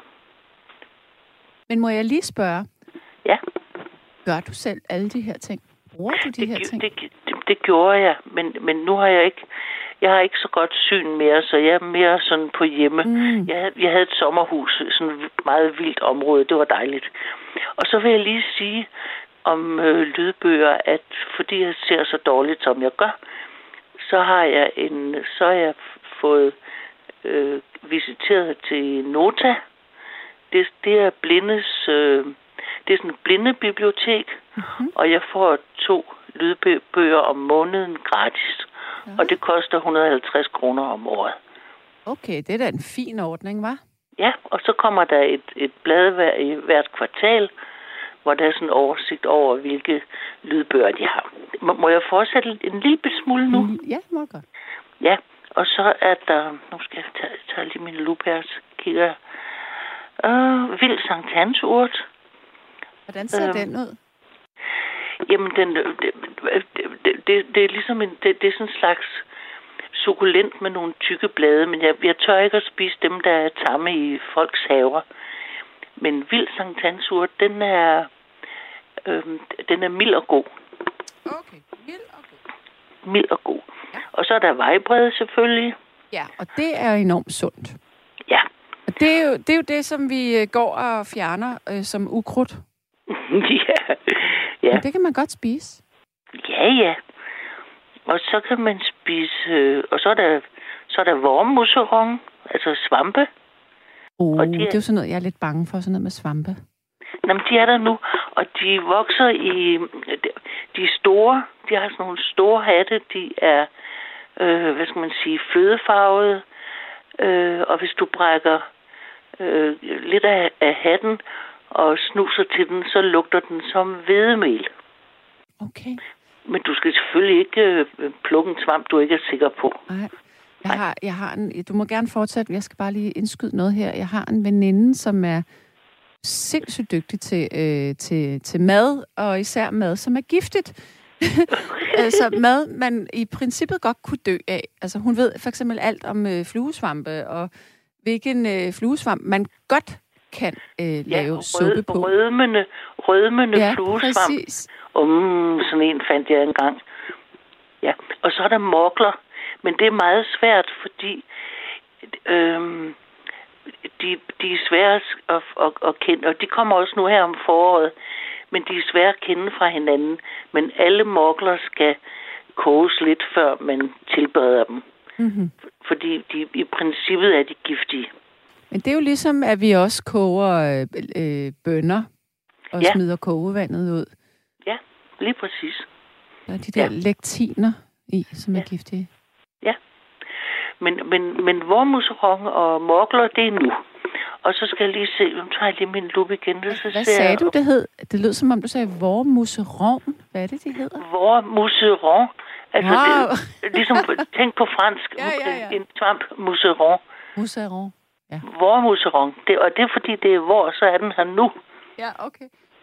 Men må jeg lige spørge? Ja. Gør du selv alle de her ting? Bruger du de det, her ting? Det, det, det gjorde jeg, men, men nu har jeg ikke, jeg har ikke så godt syn mere, så jeg er mere sådan på hjemme. Mm. Jeg, jeg havde et sommerhus, sådan et meget vildt område, det var dejligt. Og så vil jeg lige sige om øh, lydbøger, at fordi jeg ser så dårligt, som jeg gør, så har jeg en, så har jeg fået øh, visiteret til Nota. Det, det er blindes, øh, det er sådan et blindebibliotek, mm-hmm. og jeg får to lydbøger om måneden gratis. Ja. Og det koster et hundrede og halvtreds kroner om året. Okay, det er da en fin ordning, hva'? Ja, og så kommer der et, et blad hver, i hvert kvartal, hvor der er sådan en oversigt over, hvilke lydbøger de har. Må, må jeg fortsætte en lille smule nu? Mm, ja, må godt. Ja, og så er der, nu skal jeg tage, tage lige min lup her, så kigger jeg. Øh, Vild Sankt Hans urt. Hvordan ser øh, den ud? Jamen, den, det, det, det, det er ligesom en, det, det er sådan en slags sukulent med nogle tykke blade, men jeg, jeg tør ikke at spise dem, der er tamme i folks haver. Men Vild Sankt Hans urt, den er, øh, den er mild og god. Okay, mild og god. Mild og god. Ja. Og så er der vejbred selvfølgelig. Ja, og det er enormt sundt. Ja. Og det er jo det, er jo det som vi går og fjerner øh, som ukrudt. ja. ja. Og det kan man godt spise. Ja, ja. Og så kan man spise, øh, og så er der, så er der vormmusserong, altså svampe. Oh, og de er, det er jo sådan noget, jeg er lidt bange for, sådan noget med svampe. Jamen, de er der nu, og de vokser i, de er store, de har sådan nogle store hatte, de er, øh, hvad skal man sige, flødefarvede, øh, og hvis du brækker øh, lidt af, af hatten og snuser til den, så lugter den som hvedemel. Okay. Men du skal selvfølgelig ikke øh, plukke en svamp, du ikke er sikker på. Nej. Jeg har, jeg har en, du må gerne fortsætte, jeg skal bare lige indskyde noget her. Jeg har en veninde, som er sindssygt dygtig til, øh, til, til mad, og især mad, som er giftigt. Altså mad, man i princippet godt kunne dø af. Altså hun ved for eksempel alt om øh, fluesvampe, og hvilken øh, fluesvamp man godt kan øh, lave ja, suppe rød, på. Rødmende, rødmende ja, fluesvamp. Præcis. Um, sådan en fandt jeg engang. Ja, og så er der mokler. Men det er meget svært, fordi øhm, de, de er svære at, at, at kende, og de kommer også nu her om foråret, men de er svære at kende fra hinanden. Men alle mokler skal koges lidt, før man tilbereder dem. Mm-hmm. Fordi de, i princippet er de giftige. Men det er jo ligesom, at vi også koger øh, øh, bønner og ja. smider kogevandet ud. Ja, lige præcis. Der er de der ja. lektiner i, som ja. er giftige. Ja, men, men, men vormusserong og mokler, det er nu. Og så skal jeg lige se, nu tager jeg lige min lup igen. Hvad, så hvad sagde jeg, du, det hed? Det lød som om, du sagde vormusserong. Hvad er det, de hedder? Vormusserong. Altså, wow. det, ligesom, tænk på fransk. ja, ja, ja. En svamp, musserong. Musserong, ja. Vormusserong. Det, og det er, fordi det er vor, så er den her nu. Ja, okay.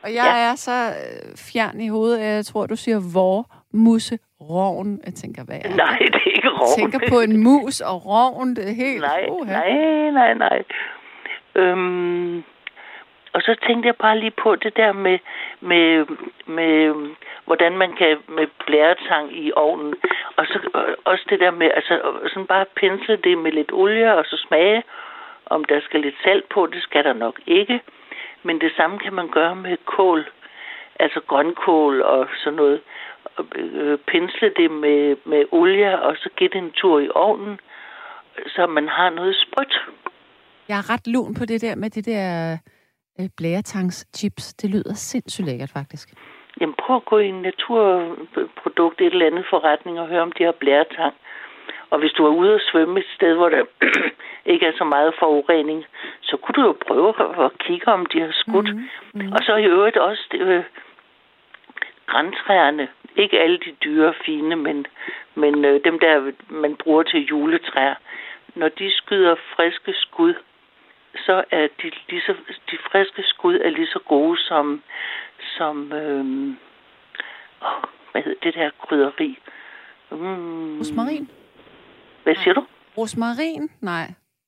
Og jeg ja. er så øh, fjern i hovedet, at jeg tror, du siger vor, musse, rovn. Jeg tænker, hvad er det? Nej, det er ikke rovn. Jeg tænker på en mus og rovn, det er helt... Nej, uh-huh. nej, nej, nej. Øhm, og så tænkte jeg bare lige på det der med, med, med hvordan man kan med blæretang i ovnen. Og så også det der med, altså sådan bare pensle det med lidt olie, og så smage, om der skal lidt salt på. Det skal der nok ikke. Men det samme kan man gøre med kål. Altså grønkål og sådan noget. Øh, pensle det med, med olie, og så give det en tur i ovnen, så man har noget sprødt. Jeg er ret lun på det der med det der øh, blæretangs-chips. Det lyder sindssygt lækkert, faktisk. Jamen prøv at gå i en naturprodukt, et eller andet forretning, og høre om de har blæretang. Og hvis du er ude og svømme et sted, hvor der ikke er så meget forurening, så kunne du jo prøve at kigge, om de har skudt. Mm-hmm. Mm-hmm. Og så i øvrigt også øh, grantræerne. Ikke alle de dyre fine, men, men øh, dem der, man bruger til juletræer. Når de skyder friske skud, så er de, lige så, de friske skud er lige så gode som, som øh, åh, hvad hedder det der krydderi? Mm. Rosmarin? Hvad siger du? Rosmarin? Nej.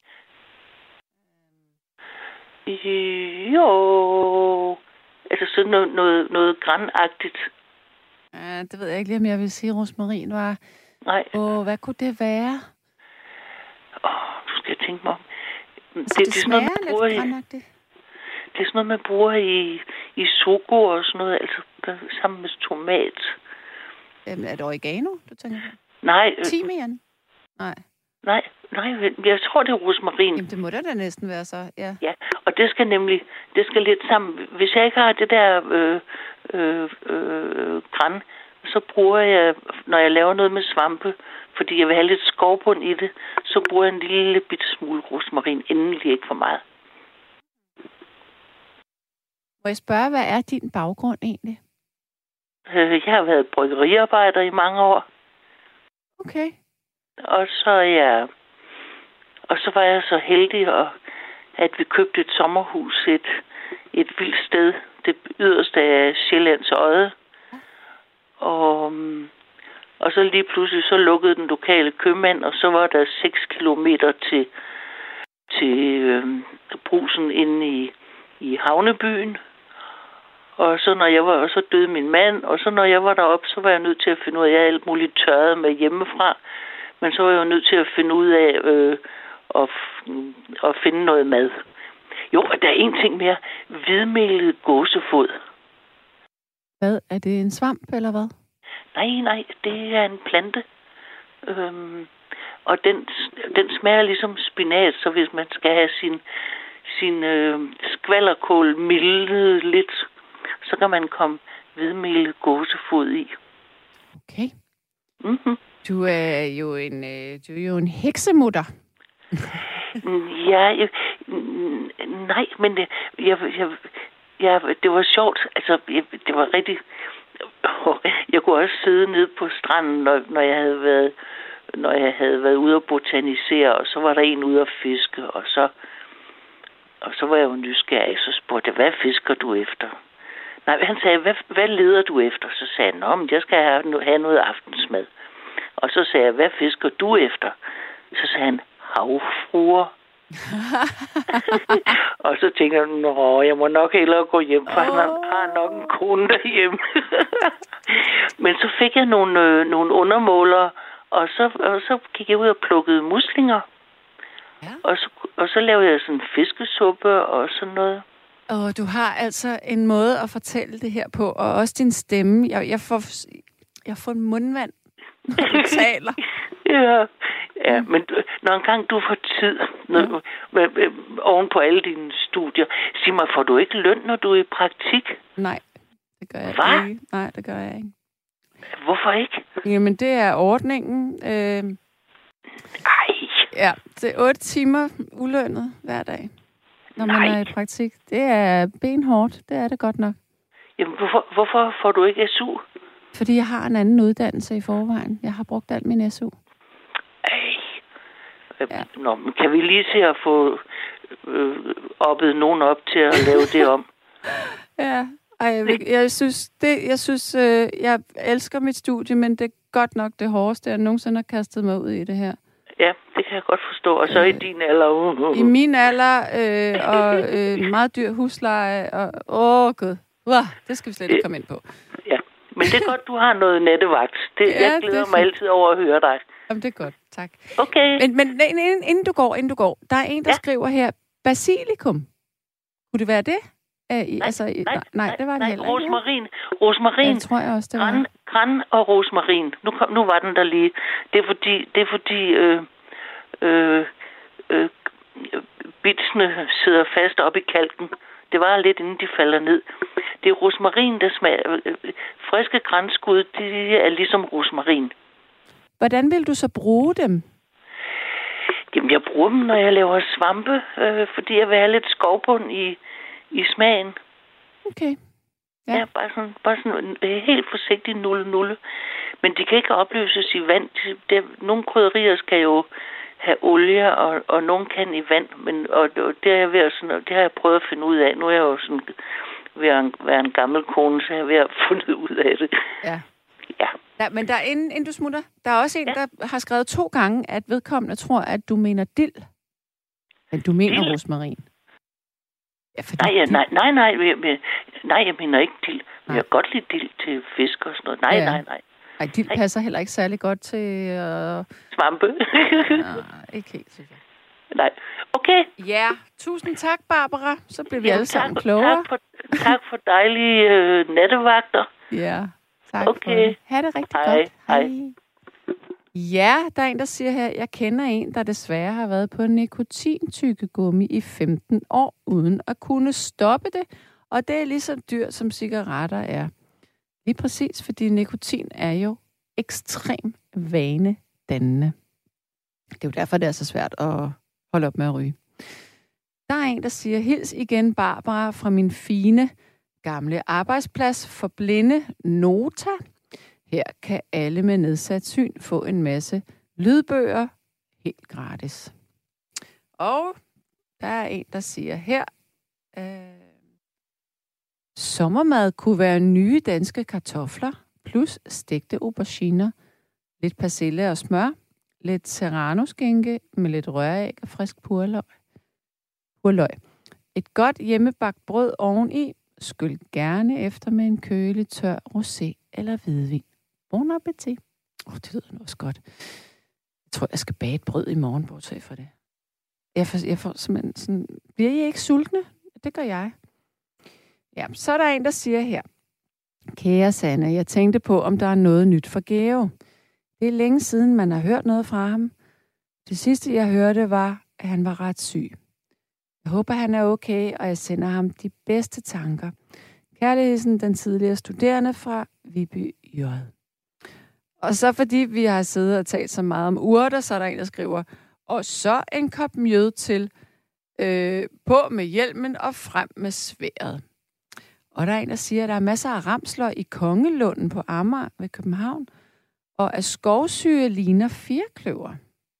Jo. Altså sådan noget, noget, noget granagtigt. Ja, det ved jeg ikke lige, om jeg vil sige, rosmarin var. Nej. Åh, hvad kunne det være? Åh, oh, du skal tænke mig om. Altså, det, det, det smager noget, lidt granagtigt. Det er sådan noget, man bruger i, i sugo og sådan noget, altså sammen med tomat. Jamen, er det oregano, du tænker på? Nej. Timian? Nej. Nej, nej, jeg tror, det er rosmarin. Jamen, det må da da næsten være så, ja. Ja, og det skal nemlig, det skal lidt sammen. Hvis jeg ikke har det der øh, øh, øh, gran, så bruger jeg, når jeg laver noget med svampe, fordi jeg vil have lidt skovbund i det, så bruger jeg en lille bitte smule rosmarin, endelig ikke for meget. Må jeg spørge, hvad er din baggrund egentlig? Øh, jeg har været bryggeriarbejder i mange år. Okay. Og så er jeg, og så var jeg så heldig, at, at vi købte et sommerhus et, et vildt sted, det yderste af Sjællands Odde. Og, og så lige pludselig så lukkede den lokale købmand, og så var der seks kilometer til, til øh, brusen inde i, i havnebyen. Og så når jeg var, og så døde min mand, og så når jeg var deroppe, så var jeg nødt til at finde ud af, at jeg alt muligt tørret med hjemmefra. Men så var jeg jo nødt til at finde ud af øh, at, at finde noget mad. Jo, og der er en ting mere. Hvidmælet gåsefod. Hvad? Er det en svamp, eller hvad? Nej, nej. Det er en plante. Øhm, og den, den smager ligesom spinat, så hvis man skal have sin, sin øh, skvallerkål mildnet lidt, så kan man komme hvidmælet gåsefod i. Okay. Mhm. Du er jo en, øh, du er jo en heksemutter. ja, jeg, nej, men det, jeg, jeg, jeg, det var sjovt. Altså, jeg, det var rigtig... Jeg kunne også sidde nede på stranden, når, når jeg havde været, når jeg havde været ude og botanisere, og så var der en ude at fiske, og så, og så var jeg jo nysgerrig, så spurgte jeg, hvad fisker du efter? Nej, han sagde, hvad, hvad leder du efter? Så sagde han, nå, men jeg skal have, have noget aftensmad. Og så sagde jeg, hvad fisker du efter? Så sagde han, havfruer. Og så tænkte jeg, nå, jeg må nok hellere gå hjem, for oh. han har nok en kone derhjemme. Men så fik jeg nogle, øh, nogle undermålere, og så, og så gik jeg ud og plukkede muslinger. Ja. Og, så, og så lavede jeg sådan en fiskesuppe og sådan noget. Og du har altså en måde at fortælle det her på, og også din stemme. Jeg, jeg, får, jeg får en mundvand, når du taler. Ja, ja, men når engang du får tid når, mm. med, med, oven på alle dine studier, sig mig, får du ikke løn, når du er i praktik? Nej, det gør jeg Hva? ikke. Nej, det gør jeg ikke. Hvorfor ikke? Jamen, det er ordningen. Øh, Ej. Ja, det er otte timer ulønnet hver dag, når Nej. man er i praktik. Det er benhårdt, det er det godt nok. Jamen, hvorfor, hvorfor får du ikke S U? Fordi jeg har en anden uddannelse i forvejen. Jeg har brugt al min S U. Ej. Ja. Nå, men kan vi lige se at få øh, oppet nogen op til at lave det om? Ja, Ej, jeg, vil, jeg synes, det, jeg, synes øh, jeg elsker mit studie, men det er godt nok det hårdeste, jeg nogensinde har kastet mig ud i det her. Ja, det kan jeg godt forstå. Og så øh, i din alder... Uh, uh. I min alder, øh, og øh, meget dyr husleje, og åh gud, wow, det skal vi slet ikke komme ind på. Ja, men det er godt, du har noget nattevagt. Det, ja, jeg glæder mig altid over at høre dig. Jamen, det er godt, tak. Okay. Men, men inden, inden du går, inden du går, der er en, der ja. skriver her, basilikum. Kunne det være det? Æ, i, nej, altså, nej, nej, nej, det var det nej, heller ikke. Rosmarin. Rosmarin. Det tror jeg også, det var. Gran, gran og rosmarin. Nu, kom, nu var den der lige. Det er fordi, det er fordi øh, øh, øh, bitsene sidder fast op i kalken. Det var lidt, inden de falder ned. Det er rosmarin, der smager. Øh, friske granskud, det er ligesom rosmarin. Hvordan vil du så bruge dem? Jamen, jeg bruger dem, når jeg laver svampe, øh, fordi jeg vil have lidt skovbund i, i smagen. Okay. Ja, ja bare sådan, bare sådan helt forsigtigt nulle nulle. Men de kan ikke opløses i vand. Det, nogle krydderier skal jo have olie, og, og nogle kan i vand. Men, og, og det, er jeg ved at sådan, det har jeg prøvet at finde ud af. Nu er jeg jo sådan ved at være en gammel kone, så jeg er ved at finde ud af det. Ja. Ja. Ja, men der er inden, inden du smutter, der er også en, ja. der har skrevet to gange, at vedkommende tror, at du mener dild. Men du mener dild? Rosmarin. Ja, nej, ja, nej, nej, nej, jeg, nej, jeg mener ikke dild. Jeg kan godt lide dild til fisk og sådan noget. Nej, ja. nej, nej. Ej, dild nej. passer heller ikke særlig godt til... Øh... Svampe. Nej, ikke helt sikkert. Nej. Okay. Ja, tusind tak, Barbara. Så bliver vi ja, alle sammen tak, klogere. Tak for, tak for dejlige øh, nattevagter. Ja, tak okay. for det. Ha' det rigtig hej, godt. Hej. Hej. Ja, der er en, der siger her, jeg kender en, der desværre har været på nikotintyggegummi i femten år, uden at kunne stoppe det. Og det er lige så dyrt, som cigaretter er. Lige præcis, fordi nikotin er jo ekstremt vanedannende. Det er jo derfor, det er så svært at holde op med at ryge. Der er en, der siger, hils igen Barbara fra min fine gamle arbejdsplads for blinde Nota. Her kan alle med nedsat syn få en masse lydbøger helt gratis. Og der er en, der siger her, øh, sommermad kunne være nye danske kartofler, plus stegte auberginer, lidt persille og smør, lidt serrano-skinke med lidt røræg og frisk purløg. purløg. Et godt hjemmebagt brød oveni, skyld gerne efter med en kølig tør rosé eller hvidvin. Bon appetit. Åh, oh, det lyder nu også godt. Jeg tror, jeg skal bage et brød i morgen, bortset for det. Jeg får, jeg får simpelthen sådan... Bliver I ikke sultne? Det gør jeg. Ja, så er der en, der siger her. Kære Sanne, jeg tænkte på, om der er noget nyt for Geo. Det er længe siden, man har hørt noget fra ham. Det sidste, jeg hørte, var, at han var ret syg. Jeg håber, han er okay, og jeg sender ham de bedste tanker. Kærligheden, den tidligere studerende fra Viby J. Og så fordi vi har siddet og talt så meget om urter, så er der en, der skriver, og så en kop mjød til, øh, på med hjelmen og frem med sværdet. Og der er en, der siger, at der er masser af ramsløg i Kongelunden på Amager ved København, og at skovsyge ligner firkløver.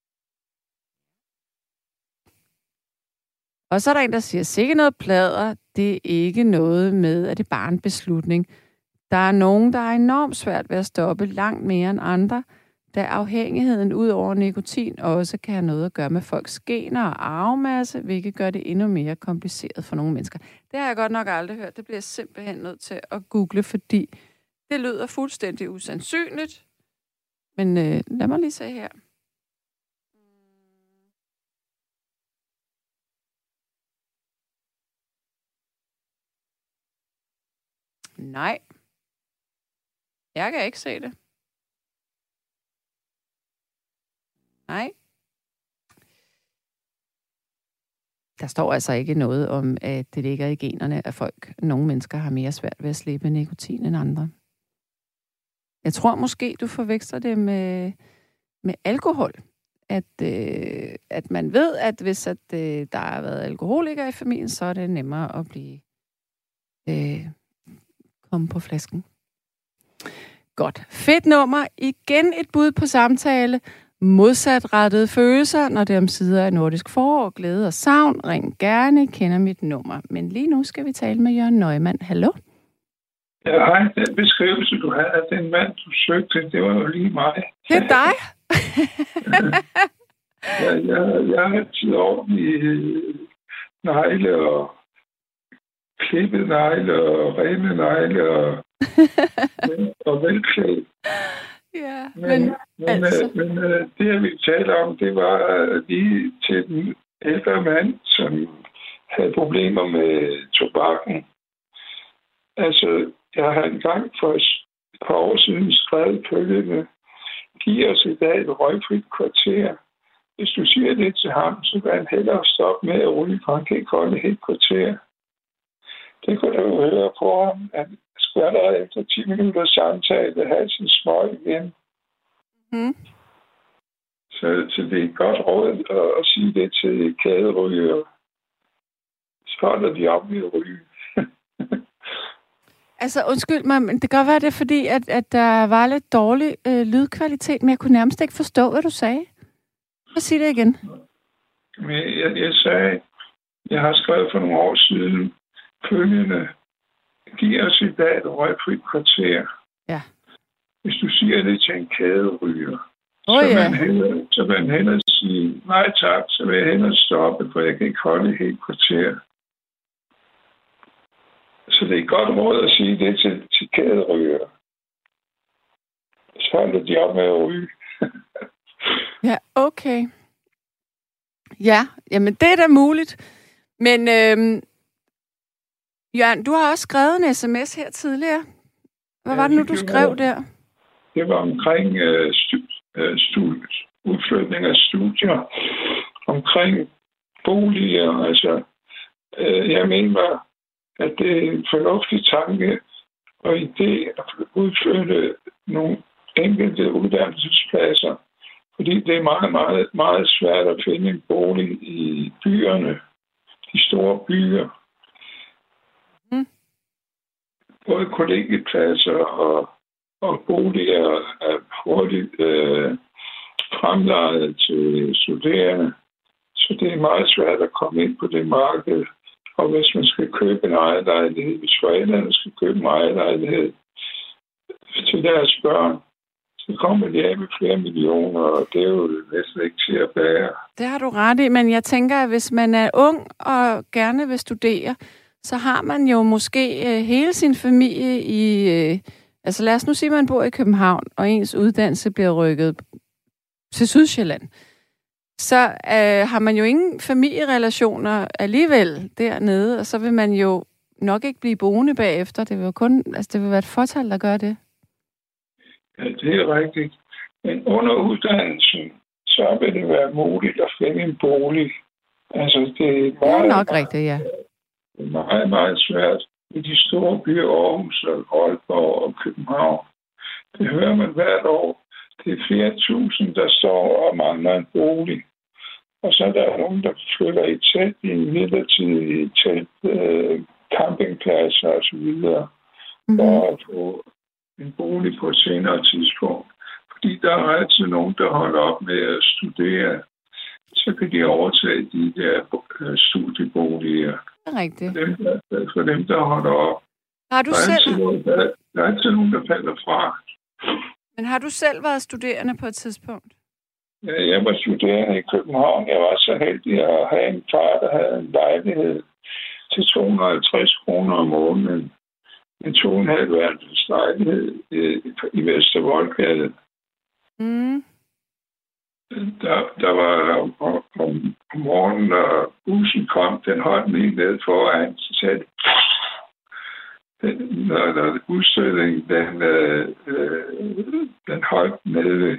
Og så er der en, der siger, sikke noget plader, det er ikke noget med, at det er bare en beslutning. Der er nogen, der er enormt svært ved at stoppe langt mere end andre, da afhængigheden ud over nikotin også kan have noget at gøre med folks gener og arvemasse, hvilket gør det endnu mere kompliceret for nogle mennesker. Det har jeg godt nok aldrig hørt. Det bliver jeg simpelthen nødt til at google, fordi det lyder fuldstændig usandsynligt. Men øh, lad mig lige se her. Nej. Jeg kan ikke se det. Nej. Der står altså ikke noget om, at det ligger i generne, at folk, nogle mennesker har mere svært ved at slippe nikotin end andre. Jeg tror måske, du forveksler det med, med alkohol. At, øh, at man ved, at hvis at, øh, der har været alkoholikere i familien, så er det nemmere at blive øh, komme på flasken. Godt. Fedt nummer. Igen et bud på samtale. Modsatrettede følelser, når det omsider er nordisk forår, glæde og savn. Ring gerne, kender mit nummer. Men lige nu skal vi tale med Jørgen Neumann. Hallo? Ja, hej, den beskrivelse, du havde af den mand, du søgte, det var jo lige mig. Det er dig? ja, jeg, jeg har tid ordentligt negle og klippet negle og rene negle og, og velklædt. Ja, men, men, men, altså... men det, jeg ville tale om, det var lige til den ældre mand, som havde problemer med tobakken. Altså, jeg har engang for et par år siden skrevet følgende: giv os i dag et røgfrit kvarter. Hvis du siger det til ham, så vil han hellere stoppe med at ryge, for han kan ikke holde et helt kvarter. Det kunne du jo høre på ham. Han skulle allerede efter ti minutter samtale have sin smøg igen. Mm. Så, så det er et godt råd at, at sige det til kæderyger. Så holder de op med at ryge. Altså, undskyld mig, men det kan godt være, det er fordi, at, at der var lidt dårlig øh, lydkvalitet, men jeg kunne nærmest ikke forstå, hvad du sagde. Prøv at sige det igen. Men jeg, jeg sagde, jeg har skrevet for nogle år siden følgende: giv os i dag et røgfrit kvarter. Ja. Hvis du siger det til en kæderyger, oh, så, ja. man hellere, så vil han hellere sige, nej tak, så vil jeg hellere stoppe, for jeg kan ikke holde et helt kvarter. Så det er et godt råd at sige det til, til kæderyger. Så holder de op med at ryge. Ja, okay. Ja, jamen det er da muligt. Men øhm, Jørgen, du har også skrevet en sms her tidligere. Hvad ja, var det nu, du skrev var, der? Det var omkring øh, stu- øh, stu- udflytning af studier. Omkring boliger. Altså, øh, jeg mener, at det er en fornuftig tanke og idé at udflytte nogle enkelte uddannelsespladser, fordi det er meget, meget, meget svært at finde en bolig i byerne, de store byer. Mm. Både kollegiepladser og, og boliger er hurtigt øh, fremlejet til studerende, så det er meget svært at komme ind på det marked. Og hvis man skal købe en ejerlejlighed, hvis forældrene skal købe en ejerlejlighed til deres børn, så kommer de af med flere millioner, og det er jo næsten ikke til at bære. Det har du ret i, men jeg tænker, at hvis man er ung og gerne vil studere, så har man jo måske øh, hele sin familie i... Øh, altså lad os nu sige, at man bor i København, og ens uddannelse bliver rykket til Sydsjælland. Så øh, har man jo ingen familierelationer alligevel dernede, og så vil man jo nok ikke blive boende bagefter. Det vil jo kun, altså det vil være et fortal, der gør det. Ja, det er rigtigt. Men under uddannelsen, så vil det være muligt at finde en bolig. Altså det er, meget, det er nok meget, rigtigt, ja. Det er meget, meget svært i de store byer, Aarhus og Aalborg og København. Det hører man hvert år. Det er flere tusind, der står og mangler en bolig. Og så er der nogen, der flytter i telt i en midlertidig telt, øh, campingpladser og så videre, mm-hmm. for at få en bolig på et senere tidspunkt. Fordi der er altid nogen, der holder op med at studere. Så kan de overtage de der øh, studieboliger. Det er rigtigt. For dem, der, for dem, der holder op. Har du der, er selv... nogen, der, der er altid nogen, der falder fra. Men har du selv været studerende på et tidspunkt? Ja, jeg var studerende i København. Jeg var så heldig at have en far, der havde en lejlighed til to hundrede og halvtreds kroner om måneden. En to og en halv verdens lejlighed i Vestervoldgade. Mm. Der, der var om, om, om morgenen, når bussen kom, den holdt lige ned foran, så sagde det, den, når, når udstillingen, den, øh, den holdt nede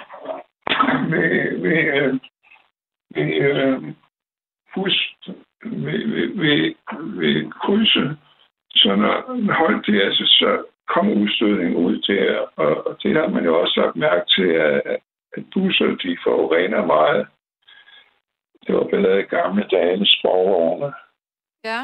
ved, ved, øh, ved øh, bus, ved, ved, ved, ved krydset. Så når den holdt det, altså, så kom udstødningen ud der, og, og det har man jo også lagt mærke til, at, at busser, de forurener meget. Det var blandt andet gamle dagens sporvogne. Ja.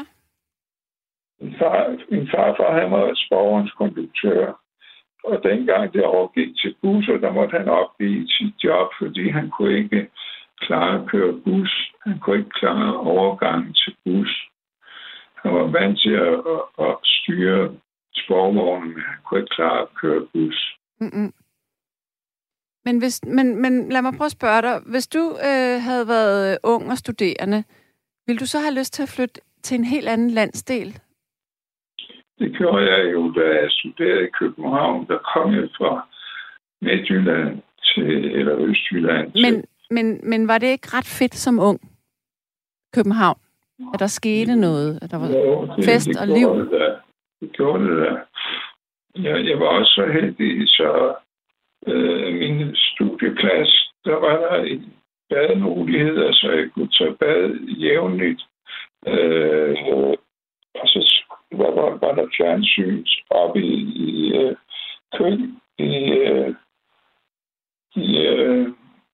Min far, min farfar, han var sporvogns konduktør, og dengang det overgik til busser, der måtte han opgive sit job, fordi han kunne ikke klare at køre bus. Han kunne ikke klare overgangen til bus. Han var vant til at, at, at styre sporvogn, men han kunne ikke klare at køre bus. Mm-mm. Men, hvis, men, men lad mig prøve at spørge dig. Hvis du øh, havde været ung og studerende, ville du så have lyst til at flytte til en helt anden landsdel? Det gjorde jeg jo, da jeg studerede i København. Der kom jeg fra Midtjylland til, eller Østjylland til. Men, men, men var det ikke ret fedt som ung København? At der skete noget? At der var jo, det, fest det og liv? Det, der. det gjorde det der. Jeg, jeg var også så heldig, så øh, min studieklasse, der var der en bademulighed, så jeg kunne tage bad jævnligt. Øh, og så var, var, var der fjernsyn oppe i, i øh, køkken, i, øh, i øh,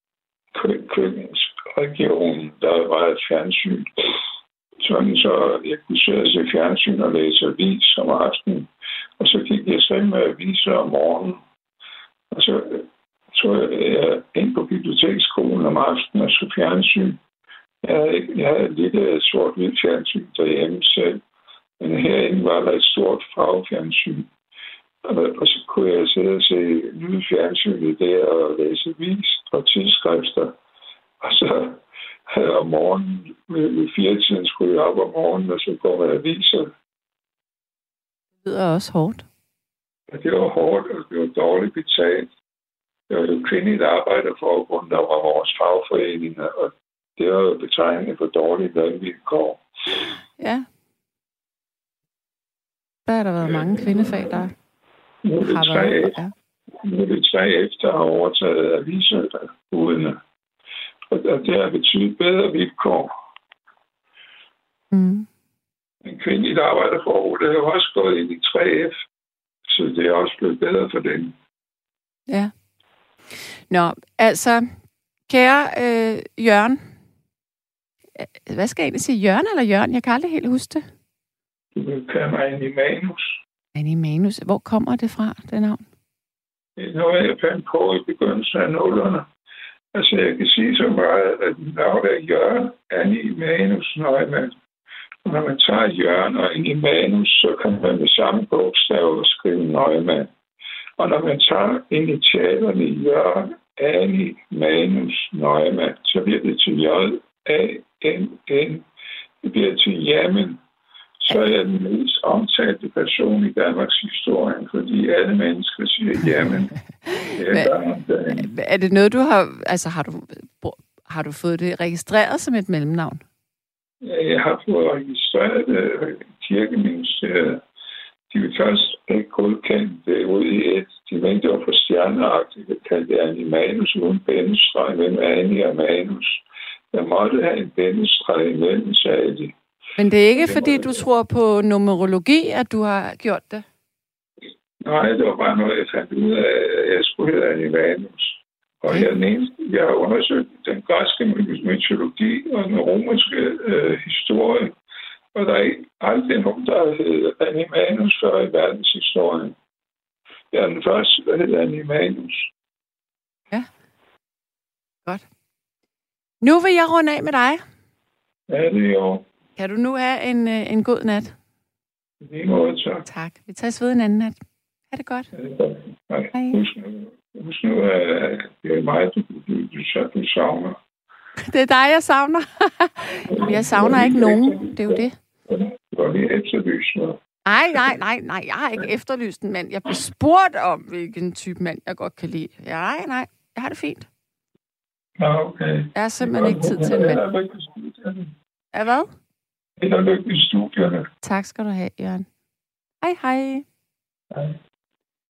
køkkensregionen, der var et fjernsyn. Sådan så jeg kunne sidde og se fjernsyn og læse avis om aftenen. Og så gik jeg selv med aviser om morgenen. Og så tog jeg ind på biblioteksskolen om aftenen og så fjernsyn. Jeg havde, jeg havde et lille sort-hvidt fjernsyn derhjemme selv. Men herinde var der et stort farvefjernsyn. Og, og så kunne jeg sidde og se nye fjernsyn der og læse avis og tidsskrifter. Og så om morgenen, ved fire-tiden skulle jeg op om morgenen, og så går jeg aviser. Det lyder også hårdt. Og det var hårdt, og det var dårligt betalt. Det var jo kvindeligt arbejderforbund, der var vores fagforeninger, og det var jo betegnet for dårligt lønvilkår. Ja. Der har der været mange kvindefag, der nu er det har tre, været. Ja. Nu er det tre efter at have overtaget aviser uden. Og det har betydet bedre vilkår. Mm. En kvindeligt arbejderforbund, der har også gået ind i tre F, så det er også blevet bedre for dem. Ja. Nå, altså, kære øh, Jørgen. Hvad skal jeg egentlig sige? Jørgen eller Jørgen? Jeg kan aldrig helt huske det. Du kan kalde mig Animanus. Animanus. Hvor kommer det fra, det navn? Det er noget, jeg fandt på i begyndelsen af nullerne. Altså, jeg kan sige så meget, at navn er Jørgen Animanus Neumann. Og når man tager Jørgen og Animanus, så kan man med samme bogstav skrive Neumann. Og når man tager initialerne i Jørgen Animanus Neumann, så bliver det til J A N N. Det bliver til Jamen. Så er jeg den mest omtalte person i Danmarks historie, fordi alle mennesker siger jamen. Er, er det noget, du har... Altså, har du, har du fået det registreret som et mellemnavn? Jeg har fået registreret uh, kirkeministeriet. De vil først ikke godkende det ud i et. De mente, det var for stjerneagtigt at kalde det Animanus uden bindestreg mellem Ani og Manus. Jeg måtte have en bindestreg imellem, sagde de. Men det er ikke, fordi du tror på numerologi, at du har gjort det? Nej, det var bare noget, jeg fandt ud af, at jeg skulle hedde Animanus. Og jeg, den eneste, jeg har undersøgt den græske mytologi og den romerske øh, historie. Og der er aldrig nogen, der hedder Animanus før i verdenshistorien. Jeg er den første, der hedder Animanus. Ja, godt. Nu vil jeg runde af med dig. Ja, det er jo. Kan du nu have en, en god nat? Lige måde, tak. Tak. Vi tages ved en anden nat. Ha' det godt. Ja, det er godt. Nej, Hej. husk, husk nu, at det er mig, du, du, du, du savner. Det er dig, jeg savner. Jeg savner ikke nogen. Det er jo det. Du har lige efterlyst noget. Nej, nej, nej, nej. Jeg har ikke efterlyst en mand. Jeg blev spurgt om, hvilken type mand, jeg godt kan lide. Ja, nej, nej. Jeg har det fint. Ja, okay. Jeg har simpelthen ikke tid til en mand. Ja, hvad? Held og lykke i studierne. Tak skal du have, Jørgen. Hej, hej. Hej.